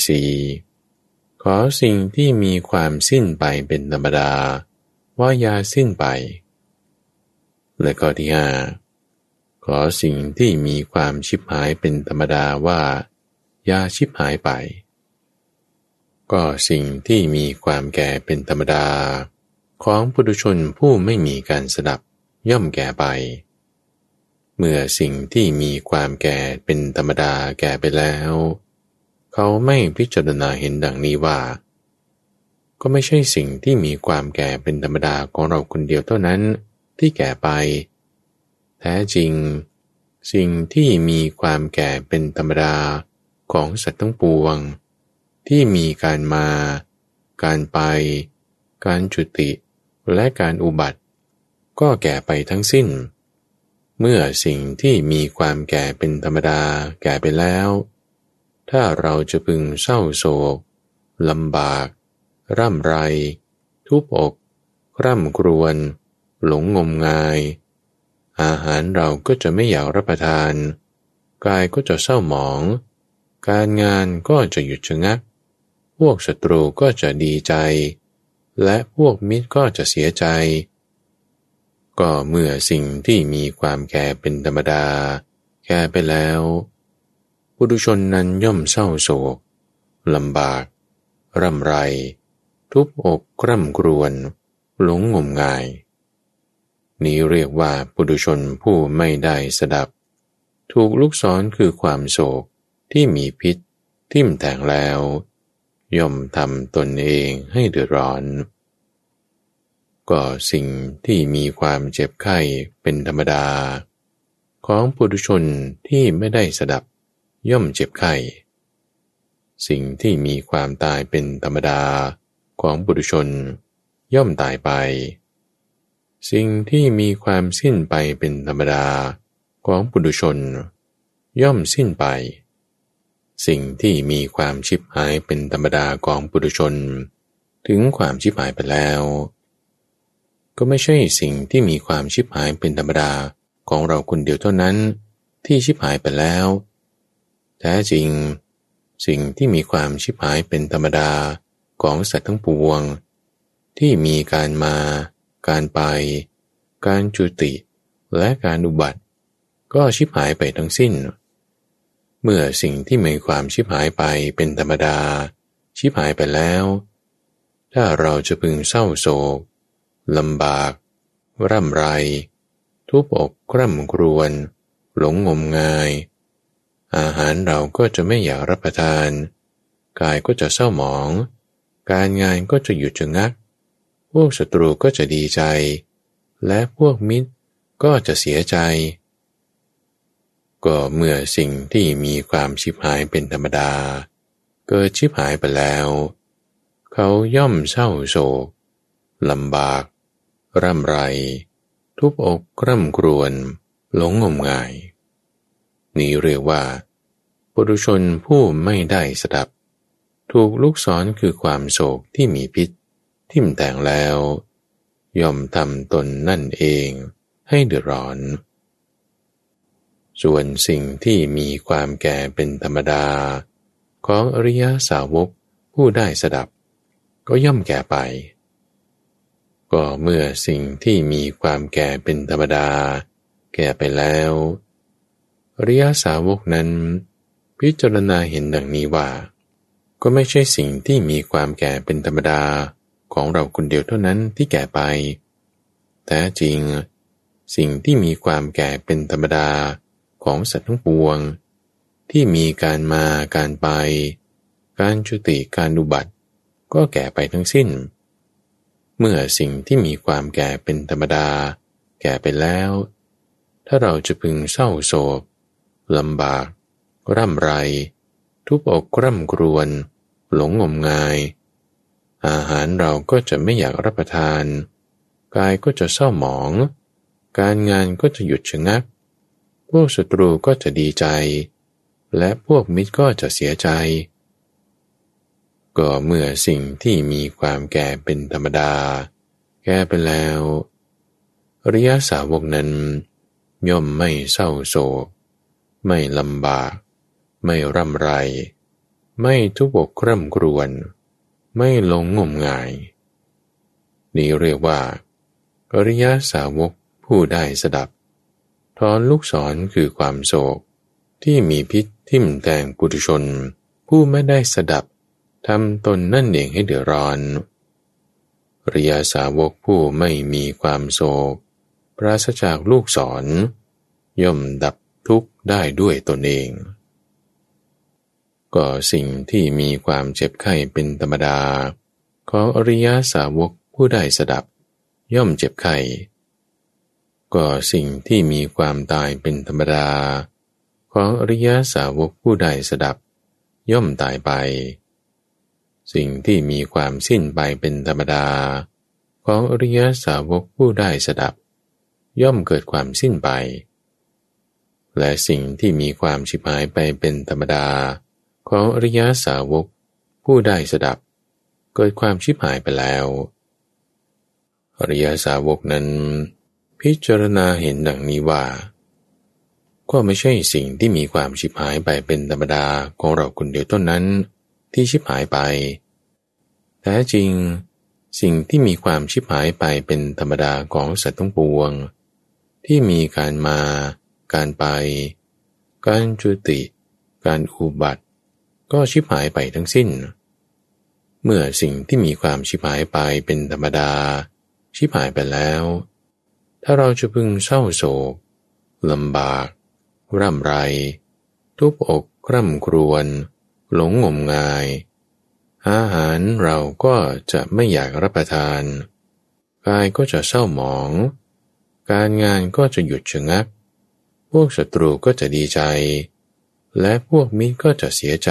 4. ขอสิ่งที่มีความสิ้นไปเป็นธรรมดาว่าอย่าสิ้นไปและข้อที่ 5. ขอสิ่งที่มีความชิบหายเป็นธรรมดาว่าอย่าชิบหายไปก็สิ่งที่มีความแก่เป็นธรรมดาของปุถุชนผู้ไม่มีการสดับย่อมแก่ไปเมื่อสิ่งที่มีความแก่เป็นธรรมดาแก่ไปแล้วเขาไม่พิจารณาเห็นดังนี้ว่าก็ไม่ใช่สิ่งที่มีความแก่เป็นธรรมดาของเราคนเดียวเท่านั้นที่แก่ไปแท้จริงสิ่งที่มีความแก่เป็นธรรมดาของสัตว์ทั้งปวงที่มีการมาการไปการจุติและการอุบัติก็แก่ไปทั้งสิ้นเมื่อสิ่งที่มีความแก่เป็นธรรมดาแก่ไปแล้วถ้าเราจะพึงเศร้าโศกลำบากร่ำไรทุบอกคร่ำครวญหลงงมงายอาหารเราก็จะไม่อยากรับประทานกายก็จะเศร้าหมองการงานก็จะหยุดชะงักพวกศัตรูก็จะดีใจและพวกมิตรก็จะเสียใจก็เมื่อสิ่งที่มีความแก่เป็นธรรมดาแก่ไปแล้วปุถุชนนั้นย่อมเศร้าโศกลำบากร่ำไรทุบอกคร่ำครวญหลงงมงายนี้เรียกว่าปุถุชนผู้ไม่ได้สดับถูกลูกศรคือความโศกที่มีพิษทิ่มแทงแล้วย่อมทำตนเองให้เดือดร้อนก็สิ่งที่มีความเจ็บไข้เป็นธรรมดาของปุถุชนที่ไม่ได้สดับย่อมเจ็บไข้สิ่งที่มีความตายเป็นธรรมดาของปุถุชนย่อมตายไปสิ่งที่มีความสิ้นไปเป็นธรรมดาของปุถุชนย่อมสิ้นไปสิ่งที่มีความชิบหายเป็นธรรมดาของปุถุชนถึงความชิบหายไปแล้วก็ไม่ใช่สิ่งที่มีความชิบหายเป็นธรรมดาของเราคนเดียวเท่านั้นที่ชิบหายไปแล้วแท้จริงสิ่งที่มีความชิบหายเป็นธรรมดาของสัตว์ทั้งปวงที่มีการมาการไปการจุติและการอุบัติก็ชิบหายไปทั้งสิ้นเมื่อสิ่งที่มีความชิบหายไปเป็นธรรมดาชิบหายไปแล้วถ้าเราจะพึงเศร้าโศกลำบากร่ำไรทุบอกคร่ำครวญหลงงมงายอาหารเราก็จะไม่อยากรับประทานกายก็จะเศร้าหมองการงานก็จะหยุดชะงักพวกศัตรูก็จะดีใจและพวกมิตรก็จะเสียใจก็เมื่อสิ่งที่มีความชิบหายเป็นธรรมดาเกิดชิบหายไปแล้วเขาย่อมเศร้าโศกลำบากร่ำไรทุบอกคร่ำครวญหลงงมงายนี้เรียกว่าปุถุชนผู้ไม่ได้สดับถูกลูกศรคือความโศกที่มีพิษทิ่มแทงแล้วย่อมทำตนนั่นเองให้เดือดร้อนส่วนสิ่งที่มีความแก่เป็นธรรมดาของอริยสาวกผู้ได้สดับก็ย่อมแก่ไปก็เมื่อสิ่งที่มีความแก่เป็นธรรมดาแก่ไปแล้วอริยสาวกนั้นพิจารณาเห็นดังนี้ว่าก็ไม่ใช่สิ่งที่มีความแก่เป็นธรรมดาของเราคนเดียวเท่านั้นที่แก่ไปแท้จริงสิ่งที่มีความแก่เป็นธรรมดาของสัตว์ทั้งปวงที่มีการมาการไปการจุติการอุบัติก็แก่ไปทั้งสิ้นเมื่อสิ่งที่มีความแก่เป็นธรรมดาแก่ไปแล้วถ้าเราจะพึงเศร้าโศกลำบากร่ำไรทุบอกคร่ำครวญหลงงมงายอาหารเราก็จะไม่อยากรับประทานกายก็จะเศร้าหมองการงานก็จะหยุดชะงักพวกศัตรูก็จะดีใจและพวกมิตรก็จะเสียใจก็เมื่อสิ่งที่มีความแก่เป็นธรรมดาแก่ไปแล้วอริยสาวกนั้นย่อมไม่เศร้าโศกไม่ลำบากไม่ร่ำไรไม่ทุบอกคร่ำครวญไม่หลงงมงายนี้เรียกว่าอริยสาวกผู้ได้สดับถอนลูกศรคือความโศกที่มีพิษทิ่มแทงปุถุชนผู้ไม่ได้สดับทำตนนั่นเองให้เดือดร้อนอริยสาวกผู้ไม่มีความโศกปราศจากลูกศรย่อมดับทุกข์ได้ด้วยตนเองก็สิ่งที่มีความเจ็บไข้เป็นธรรมดาของอริยสาวกผู้ได้สดับย่อมเจ็บไข้ก็สิ่งที่มีความตายเป็นธรรมดาของอริยสาวกผู้ได้สดับย่อมตายไปสิ่งที่มีความสิ้นไปเป็นธรรมดาของอริยสาวกผู้ได้สดับย่อมเกิดความสิ้นไปและสิ่งที่มีความฉิบหายไปเป็นธรรมดาของอริยสาวกผู้ได้สดับเกิดความฉิบหายไปแล้วอริยสาวกนั้นพิจารณาเห็นดังนี้ว่าก็ไม่ใช่สิ่งที่มีความฉิบหายไปเป็นธรรมดาของเราคนเดียวเท่านั้นที่ฉิบหายไปแท้จริงสิ่งที่มีความฉิบหายไปเป็นธรรมดาของสัตว์ทั้งปวงที่มีการมาการไปการจุติการอุบัติก็ฉิบหายไปทั้งสิ้นเมื่อสิ่งที่มีความฉิบหายไปเป็นธรรมดาฉิบหายไปแล้วถ้าเราจะพึงเศร้าโศกลำบากร่ำไรทุบอกคร่ำครวญหลงงมงายอาหารเราก็จะไม่อยากรับประทานกายก็จะเศร้าหมองการงานก็จะหยุดชะงักพวกศัตรูก็จะดีใจและพวกมิตรก็จะเสียใจ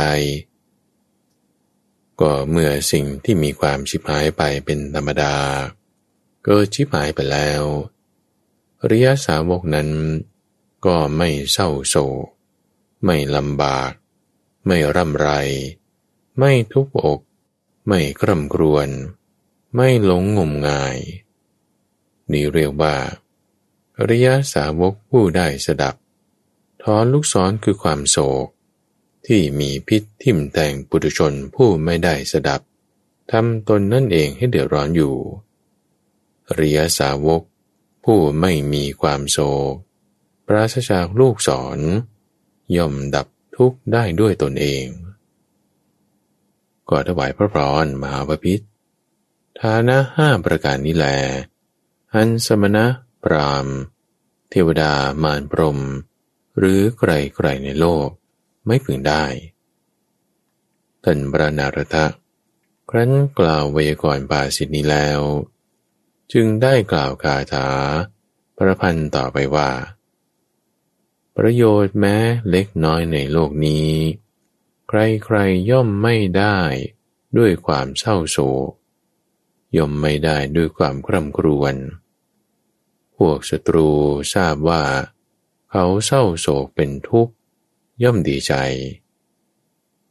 ก็เมื่อสิ่งที่มีความฉิบหายไปเป็นธรรมดาเกิดฉิบหายไปแล้วอริยสาวกนั้นก็ไม่เศร้าโศกไม่ลำบากไม่ร่ำไรไม่ทุบอกไม่คร่ำครวญไม่หลงงมงายนี่เรียกว่าอริยสาวกผู้ได้สดับถอนลูกศรคือความโศกที่มีพิษทิ่มแทงปุถุชนผู้ไม่ได้สดับทำตนนั่นเองให้เดือดร้อนอยู่อริยสาวกผู้ไม่มีความโศกปราศจากลูกศรย่อมดับทุกข์ได้ด้วยตนเองก็ถวายพระพรมหาภพิตรฐานะ5ประการนี้แลอันสมณะพราหมณ์เทวดามารพรหมหรือใครๆในโลกไม่พึงได้ท่านพระนารถะครั้นกล่าวไวยากรณ์ภาษิตนี้แล้วจึงได้กล่าวคาถาประพันธ์ต่อไปว่าประโยชน์แม้เล็กน้อยในโลกนี้ใครๆย่อมไม่ได้ด้วยความเศร้าโศกย่อมไม่ได้ด้วยความคร่ำครวญพวกศัตรูทราบว่าเขาเศร้าโศกเป็นทุกข์ย่อมดีใจ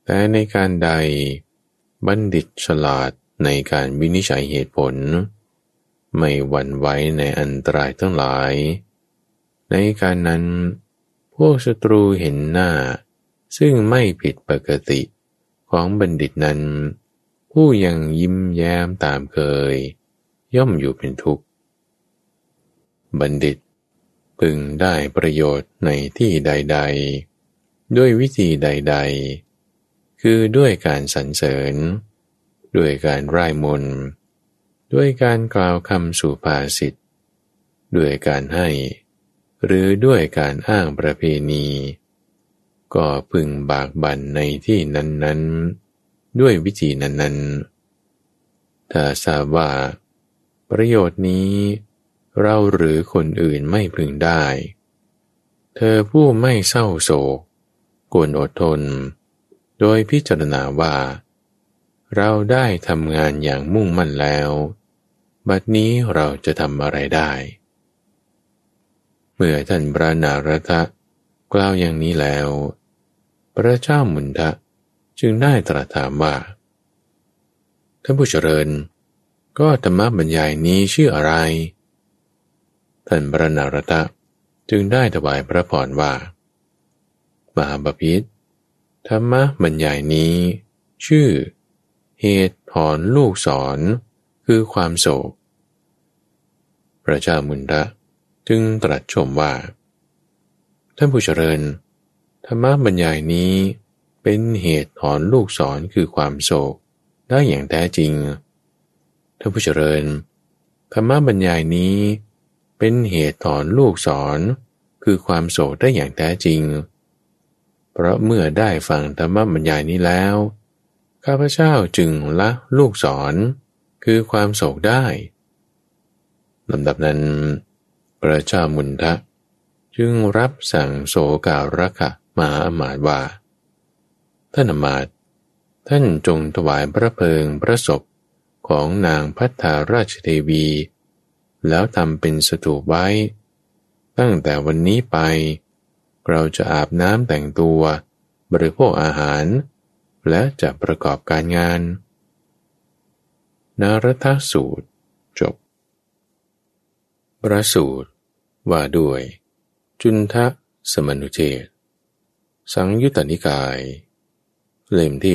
แต่ในการใดบัณฑิตฉลาดในการวินิจฉัยเหตุผลไม่หวั่นไหวในอันตรายทั้งหลายในการนั้นพวกศัตรูเห็นหน้าซึ่งไม่ผิดปกติของบัณฑิตนั้นผู้ยังยิ้มแย้มตามเคยย่อมอยู่เป็นทุกข์บัณฑิตพึงได้ประโยชน์ในที่ใดๆด้วยวิธีใดๆคือด้วยการสรรเสริญด้วยการร่ายมนต์ด้วยการกล่าวคำสุภาษิตด้วยการให้หรือด้วยการอ้างประเพณีก็พึงบากบั่นในที่นั้นๆด้วยวิธีนั้นๆถ้าทราบว่าประโยชน์นี้เราหรือคนอื่นไม่พึงได้เธอผู้ไม่เศร้าโศกควรอดทนโดยพิจารณาว่าเราได้ทำงานอย่างมุ่งมั่นแล้วบัดนี้เราจะทำอะไรได้เมื่อท่านพระนารถกล่าวอย่างนี้แล้วพระเจ้ามุนทะจึงได้ตรัสถามว่าท่านผู้เจริญก็ธรรมบรรยายนี้ชื่ออะไรท่านพระนารถจึงได้ถวายพระพรว่ามหาบพิตรธรรมบรรยายนี้ชื่อเหตุถอนลูกศรคือความโศกพระเจ้ามุนทะจึงตรัสชมว่าท่านผู้เจริญธรรมบรรยายนี้เป็นเหตุถอนลูกศรคือความโศกได้อย่างแท้จริงท่านผู้เจริญธรรมบรรยายนี้เป็นเหตุถอนลูกศรคือความโศกได้อย่างแท้จริงเพราะเมื่อได้ฟังธรรมบรรยายนี้แล้วข้าพเจ้าจึงละลูกศรคือความโศกได้ลำดับนั้นพระเจ้ามุนทะจึงรับสั่งโสการะมหาอมาตย์ว่าท่านอมาตย์ท่านจงถวายพระเพลิงพระศพของนางภัททาราชเทวีแล้วทำเป็นสถูปไว้ตั้งแต่วันนี้ไปเราจะอาบน้ำแต่งตัวบริโภคอาหารและจะประกอบการงานนารถสูตรจบพระสูตรว่าด้วยจุนทสมนุเทศสังยุตตนิกายเล่มที่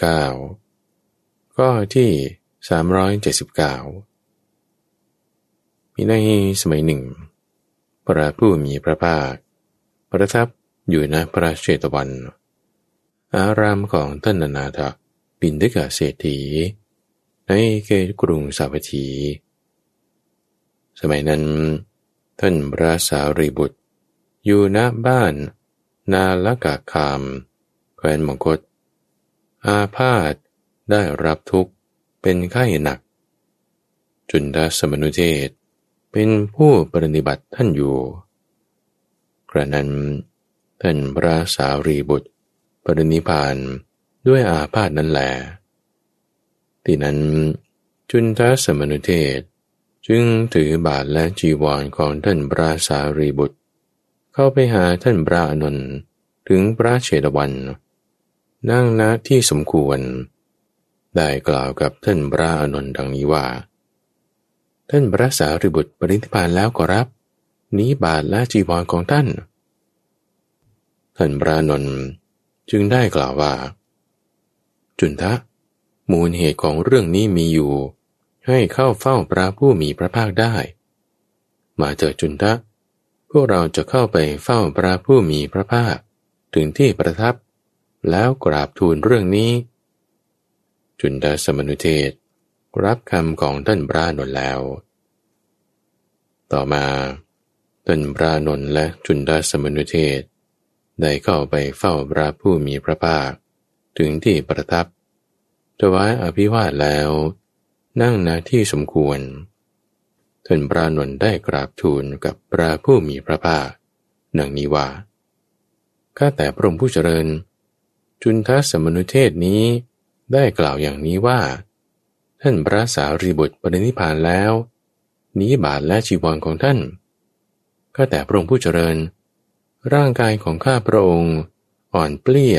19ข้อที่379มีในสมัยหนึ่งพระผู้มีพระภาคประทับอยู่ณพระเชตวันอารามของท่านอนาถปิณฑิกเศรษฐีในเขตกรุงสาวัตถีสมัยนั้นท่านพระสารีบุตรอยู่ณบ้านนาลกะคามแคว้นมคธอาพาธได้รับทุกข์เป็นไข้หนักจุนทสมนุเทศเป็นผู้ปฏิบัติท่านอยู่กระนั้นท่านพระสารีบุตรปรินิพพานด้วยอาพาธนั้นแลที่นั้นจุนทสมนุเทศจึงถือบาทและจีวรของท่านพระสารีบุตรเข้าไปหาท่านพระอานนท์ถึงพระเชตวันนั่งณที่สมควรได้กล่าวกับท่านพระอานนท์ดังนี้ว่าท่านพระสารีบุตรปรินิพพานแล้วขอรับนี้บาทและจีวรของท่านท่านพระอานนท์จึงได้กล่าวว่าจุนทะมูลเหตุของเรื่องนี้มีอยู่ให้เข้าเฝ้าพระผู้มีพระภาคได้มาเถิดจุนทะพวกเราจะเข้าไปเฝ้าพระผู้มีพระภาคถึงที่ประทับแล้วกราบทูลเรื่องนี้จุนทสมนุเทศรับคำของท่านพระอานนท์แล้วต่อมาท่านพระอานนท์และจุนทสมนุเทศได้เข้าไปเฝ้าพระผู้มีพระภาคถึงที่ประทับถวายอภิวาทแล้วนั่งณที่สมควรท่านพระอานนท์ได้กราบทูลกับพระผู้มีพระภาคดังนี้ว่าข้าแต่พระองค์ผู้เจริญจุนทสมนุเทศนี้ได้กล่าวอย่างนี้ว่าท่านพระสารีบุตรปรินิพพานแล้วนี้บาทและจีวรของท่านข้าแต่พระองค์ผู้เจริญร่างกายของข้าพระองค์อ่อนเปลี้ย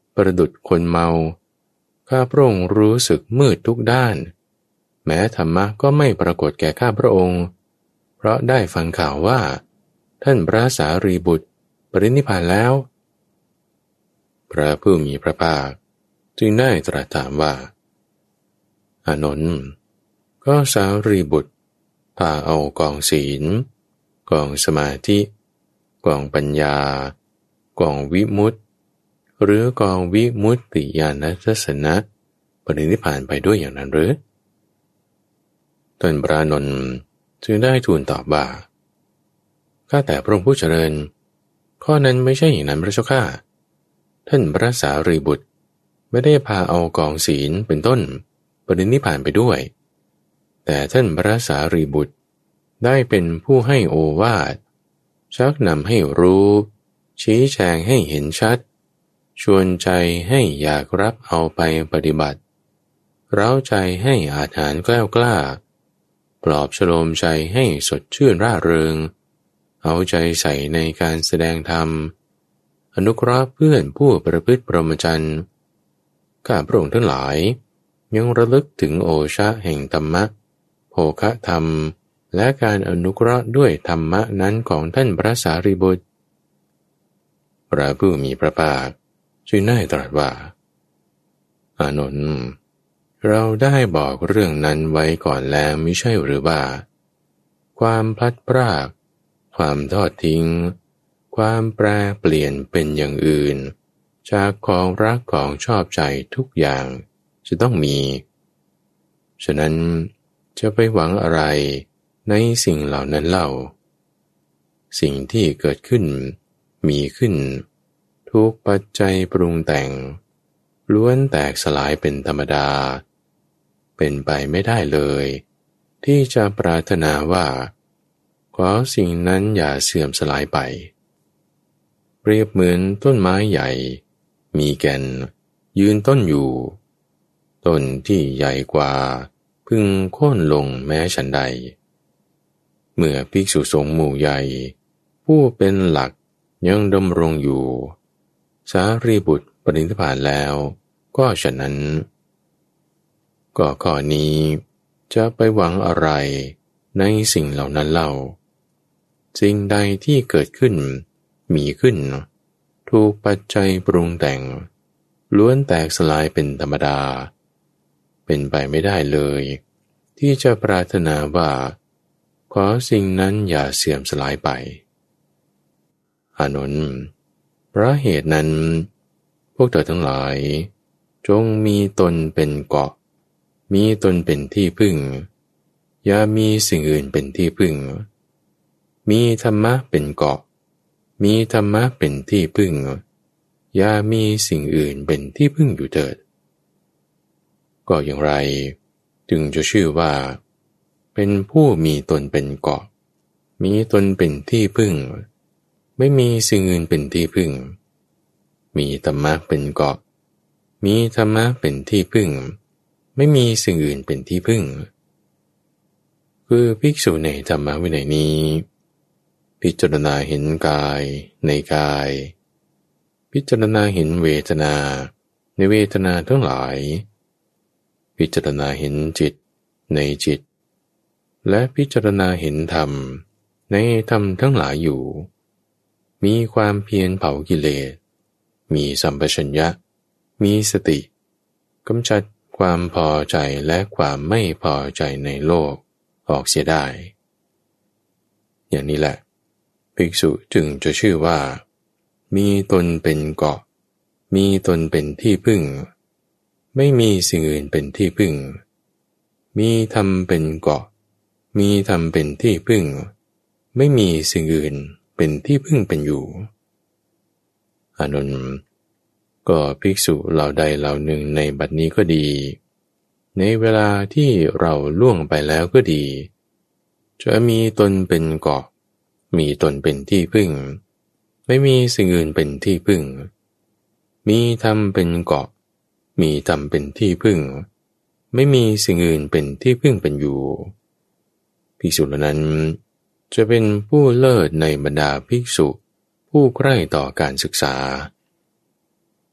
ประดุจคนเมาข้าพระองค์รู้สึกมืดทุกด้านแม้ธรรมะก็ไม่ปรากฏแก่ข้าพระองค์เพราะได้ฟังข่าวว่าท่านพระสารีบุตรปรินิพพานแล้วพระผู้มีพระภาคจึงได้ตรัสถามว่าอานนท์ก็สารีบุตรพาเอากองศีลกองสมาธิกองปัญญากองวิมุตติหรือกองวิมุตติญาณทัสสนะปรินิพพานไปด้วยอย่างนั้นหรือท่านพระอานนท์จึงได้ทูลตอบว่าข้าแต่พระองค์ผู้เจริญข้อนั้นไม่ใช่อย่างนั้นพระเจ้าข้าท่านพระสารีบุตรไม่ได้พาเอากองศีลเป็นต้นปรินิพพานไปด้วยแต่ท่านพระสารีบุตรได้เป็นผู้ให้โอวาทชักนำให้รู้ชี้แจงให้เห็นชัดชวนใจให้อยากรับเอาไปปฏิบัติเร้าใจให้อาถรรพ์กล้ากล้าปลอบฉโลมใจให้สดชื่นร่าเริงเอาใจใส่ในการแสดงธรรมอนุเคราะห์เพื่อนผู้ประพฤติพรหมจรรย์ข้าพระองค์ทั้งหลายยังระลึกถึงโอชะแห่งธรรมะโภคะธรรมและการอนุเคราะห์ด้วยธรรมะนั้นของท่านพระสารีบุตรพระผู้มีพระภาคจึงได้ตรัสว่าอานนท์เราได้บอกเรื่องนั้นไว้ก่อนแล้วมิใช่หรือว่าความพลัดพรากความทอดทิ้งความแปรเปลี่ยนเป็นอย่างอื่นจากของรักของชอบใจทุกอย่างจะต้องมีฉะนั้นจะไปหวังอะไรในสิ่งเหล่านั้นเล่าสิ่งที่เกิดขึ้นมีขึ้นทุกปัจจัยปรุงแต่งล้วนแตกสลายเป็นธรรมดาเป็นไปไม่ได้เลยที่จะปรารถนาว่าขอสิ่งนั้นอย่าเสื่อมสลายไปเปรียบเหมือนต้นไม้ใหญ่มีแก่นยืนต้นอยู่ต้นที่ใหญ่กว่าพึงโค่นลงแม้ฉันใดเมื่อภิกษุสงฆ์หมู่ใหญ่ผู้เป็นหลักยังดำรงอยู่สารีบุตรปรินิพพานแล้วก็ฉะนั้นก็ข้อนี้จะไปหวังอะไรในสิ่งเหล่านั้นเล่าสิ่งใดที่เกิดขึ้นมีขึ้นถูกปัจจัยปรุงแต่งล้วนแตกสลายเป็นธรรมดาเป็นไปไม่ได้เลยที่จะปรารถนาว่าขอสิ่งนั้นอย่าเสื่อมสลายไปอานนท์เพราะเหตุนั้นพวกเธอทั้งหลายจงมีตนเป็นเกาะมีตนเป็นที่พึ่งอย่ามีสิ่งอื่นเป็นที่พึ่งมีธรรมะเป็นเกาะมีธรรมะเป็นที่พึ่งอย่ามีสิ่งอื่นเป็นที่พึ่งอยู่เถิดก็อย่างไรจึงจะชื่อว่าเป็นผู้มีตนเป็นเกาะมีตนเป็นที่พึ่งไม่มีสิ่งอื่นเป็นที่พึ่งมีธรรมะเป็นเกาะมีธรรมะเป็นที่พึ่งไม่มีสิ่งอื่นเป็นที่พึ่งคือภิกษุในธรรมวินัยนี้พิจารณาเห็นกายในกายพิจารณาเห็นเวทนาในเวทนาทั้งหลายพิจารณาเห็นจิตในจิตและพิจารณาเห็นธรรมในธรรมทั้งหลายอยู่มีความเพียรเผากิเลสมีสัมปชัญญะมีสติกำจัดความพอใจและความไม่พอใจในโลกออกเสียได้อย่างนี้แหละภิกษุจึงจะชื่อว่ามีตนเป็นเกาะมีตนเป็นที่พึ่งไม่มีสิ่งอื่นเป็นที่พึ่งมีธรรมเป็นเกาะมีธรรมเป็นที่พึ่งไม่มีสิ่งอื่นเป็นที่พึ่งเป็นอยู่อานนท์ก็ภิกษุเหล่าใดเหล่าหนึ่งในบัดนี้ก็ดีในเวลาที่เราล่วงไปแล้วก็ดีจะมีตนเป็นเกาะมีตนเป็นที่พึ่งไม่มีสิ่งอื่นเป็นที่พึ่งมีธรรมเป็นเกาะมีธรรมเป็นที่พึ่งไม่มีสิ่งอื่นเป็นที่พึ่งเป็นอยู่ภิกษุเหล่านั้นจะเป็นผู้เลิศในบรรดาภิกษุผู้ใคร่ต่อการศึกษา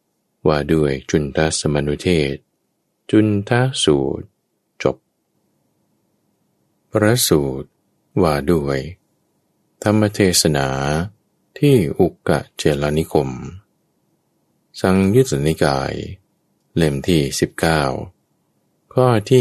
ว่าด้วยจุนทสมนุเทศจุนทสูตรจบพระสูตรว่าด้วยธรรมเทศนาที่อุกกะเจลนิคมสังยุตตนิกายเล่มที่19ข้อที่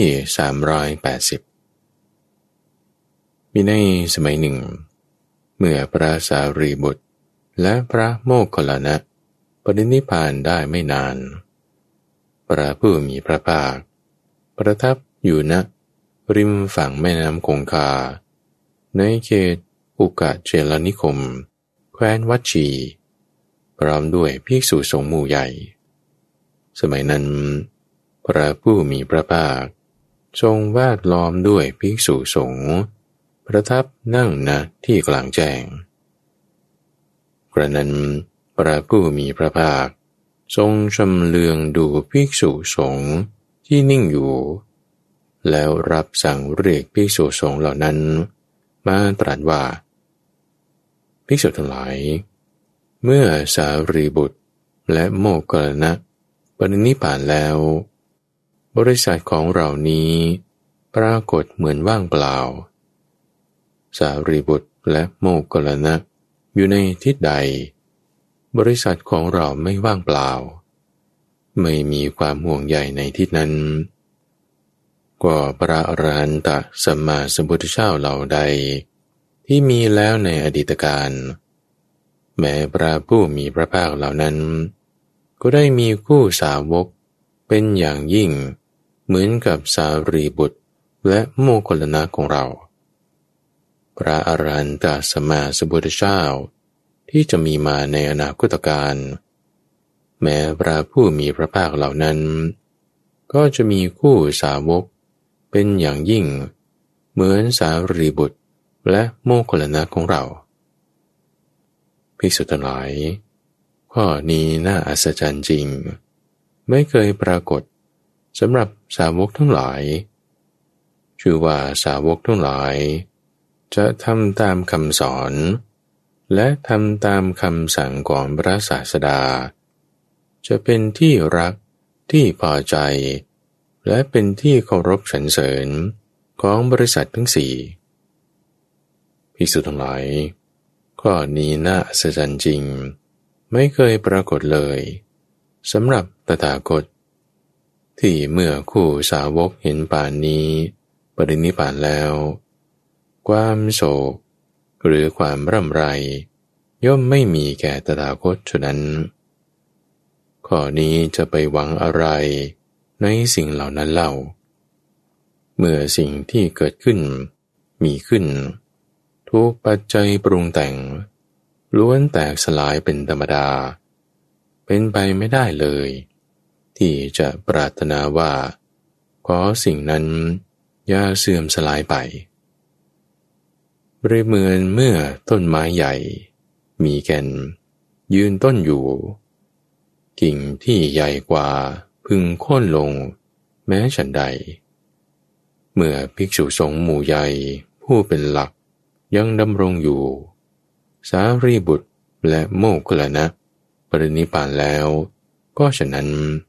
380มีในสมัยหนึ่งเมื่อพระสารีบุตรและพระโมคคัลลานะปรินิพพานได้ไม่นานพระผู้มีพระภาคประทับอยู่ณริมฝั่งแม่น้ำคงคาในเขตอุกกะเจลนิคมแคว้นวัชชีพร้อมด้วยภิกษุสงฆ์หมู่ใหญ่สมัยนั้นพระผู้มีพระภาคทรงแวดล้อมด้วยภิกษุสงฆ์ประทับนั่งณที่กลางแจ้งกระนั้นพระผู้มีพระภาคทรงชำเลืองดูภิกษุสงฆ์ที่นิ่งอยู่แล้วรับสั่งเรียกภิกษุสงฆ์เหล่านั้นมาตรัสว่าภิกษุทั้งหลายเมื่อสารีบุตรและโมคคัลลานะปรินิพพานแล้วบริษัทของเรานี้ปรากฏเหมือนว่างเปล่าสารีบุตรและโมคคัลลานะอยู่ในทิศใดบริษัทของเราไม่ว่างเปล่าไม่มีความห่วงใยในทิศนั้นก็พระอรหันตสัมมาสัมพุทธเจ้าเหล่าใดที่มีแล้วในอดีตการแม้พระผู้มีพระภาคเหล่านั้นก็ได้มีคู่สาวกเป็นอย่างยิ่งเหมือนกับสารีบุตรและโมคคัลลานะของเราพระอรหันตสัมมาสัมพุทธเจ้าที่จะมีมาในอนาคตการแม้พระผู้มีพระภาคเหล่านั้นก็จะมีคู่สาวกเป็นอย่างยิ่งเหมือนสารีบุตรและโมคคัลลานะของเราภิกษุทั้งหลายข้อนี้น่าอัศจรรย์จริงไม่เคยปรากฏสำหรับสาวกทั้งหลายชื่อว่าสาวกทั้งหลายจะทำตามคำสอนและทำตามคำสั่งของพระศาสดาจะเป็นที่รักที่พอใจและเป็นที่เคารพสรรเสริญของบริษัททั้งสี่ภิกษุทั้งหลายข้อนี้น่าอัศจรรย์จริงไม่เคยปรากฏเลยสำหรับตถาคตที่เมื่อคู่สาวกเห็นป่านนี้ปรินิพพานแล้วความโศกหรือความร่ำไรย่อมไม่มีแก่ตถาคตฉะนั้นข้อนี้จะไปหวังอะไรในสิ่งเหล่านั้นเล่าเมื่อสิ่งที่เกิดขึ้นมีขึ้นทุกปัจจัยปรุงแต่งล้วนแตกสลายเป็นธรรมดาเป็นไปไม่ได้เลยที่จะปรารถนาว่าขอสิ่งนั้นอย่าเสื่อมสลายไปเปรียบเหมือนเมื่อต้นไม้ใหญ่มีแก่นยืนต้นอยู่กิ่งที่ใหญ่กว่าพึงโค่นลงแม้ฉันใดเมื่อภิกษุสงฆ์หมู่ใหญ่ผู้เป็นหลักยังดำรงอยู่สารีบุตรและโมคคัลลานะปรินิพพานแล้วก็ฉะนั้น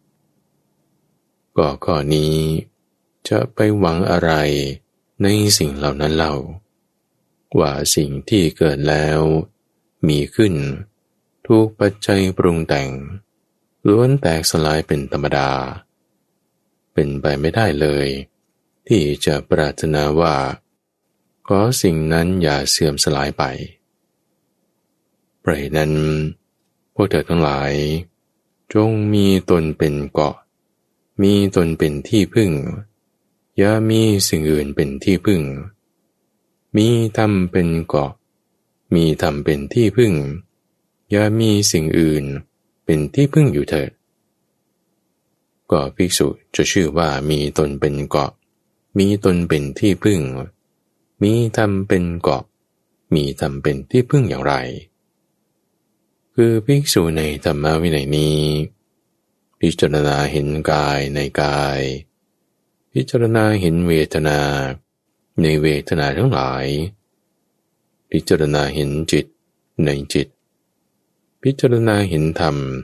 ก็ข้อนี้จะไปหวังอะไรในสิ่งเหล่านั้นเล่าว่าสิ่งที่เกิดแล้วมีขึ้นทุกปัจจัยปรุงแต่งล้วนแตกสลายเป็นธรรมดาเป็นไปไม่ได้เลยที่จะปรารถนาว่าขอสิ่งนั้นอย่าเสื่อมสลายไปเพราะฉะนั้นพวกเธอทั้งหลายจงมีตนเป็นเกาะมีตนเป็นที่พึ่งอย่ามีสิ่งอื่นเป็นที่พึ่งมีธรรมเป็นเกาะมีธรรมเป็นที่พึ่งอย่ามีสิ่งอื่นเป็นที่พึ่งอยู่เถิดก็ภิกษุจะชื่อว่ามีตนเป็นเกาะมีตนเป็นที่พึ่งมีธรรมเป็นเกาะมีธรรมเป็นที่พึ่งอย่างไรคือภิกษุในธรรมวินัยนี้พิจารณาเห็นกายในกายพิจารณาเห็นเวทนาในเวทนาทั้งหลายพิจารณาเห็นจิตในจิตพิจารณาเห็นธรรม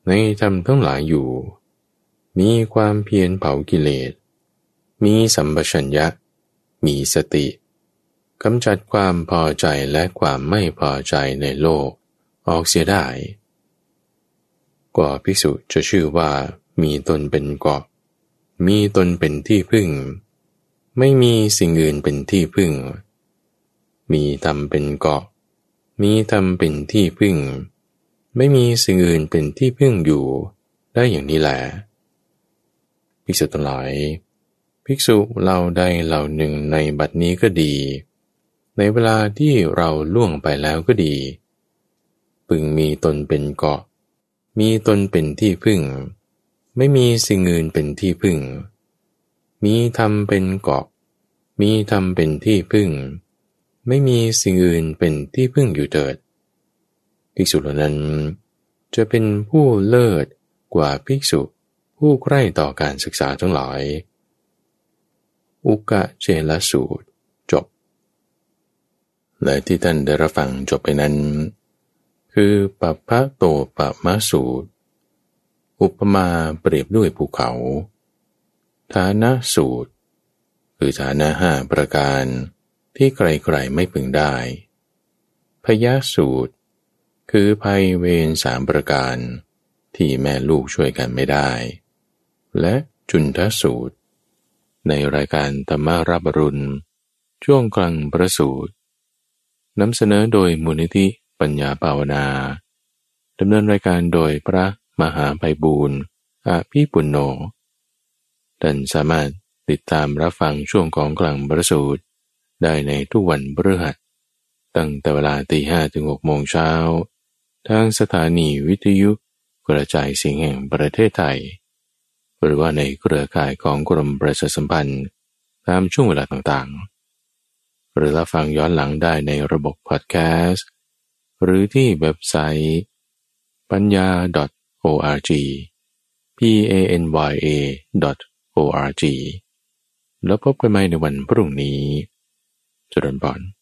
ในธรรมทั้งหลายอยู่มีความเพียรเผากิเลสมีสัมปชัญญะมีสติกำจัดความพอใจและความไม่พอใจในโลกออกเสียได้ก็ภิกษุจะชื่อว่ามีตนเป็นเกาะมีตนเป็นที่พึ่งไม่มีสิ่งอื่นเป็นที่พึ่งมีธรรมเป็นเกาะมีธรรมเป็นที่พึ่งไม่มีสิ่งอื่นเป็นที่พึ่งอยู่ได้อย่างนี้แหละภิกษุทั้งหลายภิกษุเหล่าใดเหล่าหนึ่งในบัดนี้ก็ดีในเวลาที่เราล่วงไปแล้วก็ดีพึงมีตนเป็นเกาะมีตนเป็นที่พึ่งไม่มีสิ่งอื่นเป็นที่พึ่งมีธรรมเป็นเกาะมีธรรมเป็นที่พึ่งไม่มีสิ่งอื่นเป็นที่พึ่งอยู่เถิดภิกษุเหล่านั้นจะเป็นผู้เลิศกว่าภิกษุผู้ใกล้ต่อการศึกษาทั้งหลายอุกะเจลสูตรจบและที่ท่านได้รับฟังจบไปนั้นคือปัปพะโตปะมะสูตรอุปมาเปรียบด้วยภูเขาฐานะสูตรคือฐานะ5ประการที่ใครๆไม่พึงได้พยาสูตรคือภัยเวร3ประการที่แม่ลูกช่วยกันไม่ได้และจุนทสูตรในรายการธรรมารับอรุณช่วงกลางประสูตรนำเสนอโดยมูลนิธิปัญญาภาวนาดำเนินรายการโดยพระมหาไพบูลย์อภิปุณโญท่านสามารถติดตามรับฟังช่วงของกลางประสูตรได้ในทุกวันพฤหัสตั้งแต่เวลา 5:00 ถึง 6:00 น.ทางสถานีวิทยุกระจายเสียงแห่งประเทศไทยหรือว่าในเครือข่ายของกรมประชาสัมพันธ์ตามช่วงเวลาต่างๆหรือรับฟังย้อนหลังได้ในระบบพอดแคสต์หรือที่เว็บไซต์ปัญญา .org panya.org แล้วพบกันใหม่ในวันพรุ่งนี้เจริญพร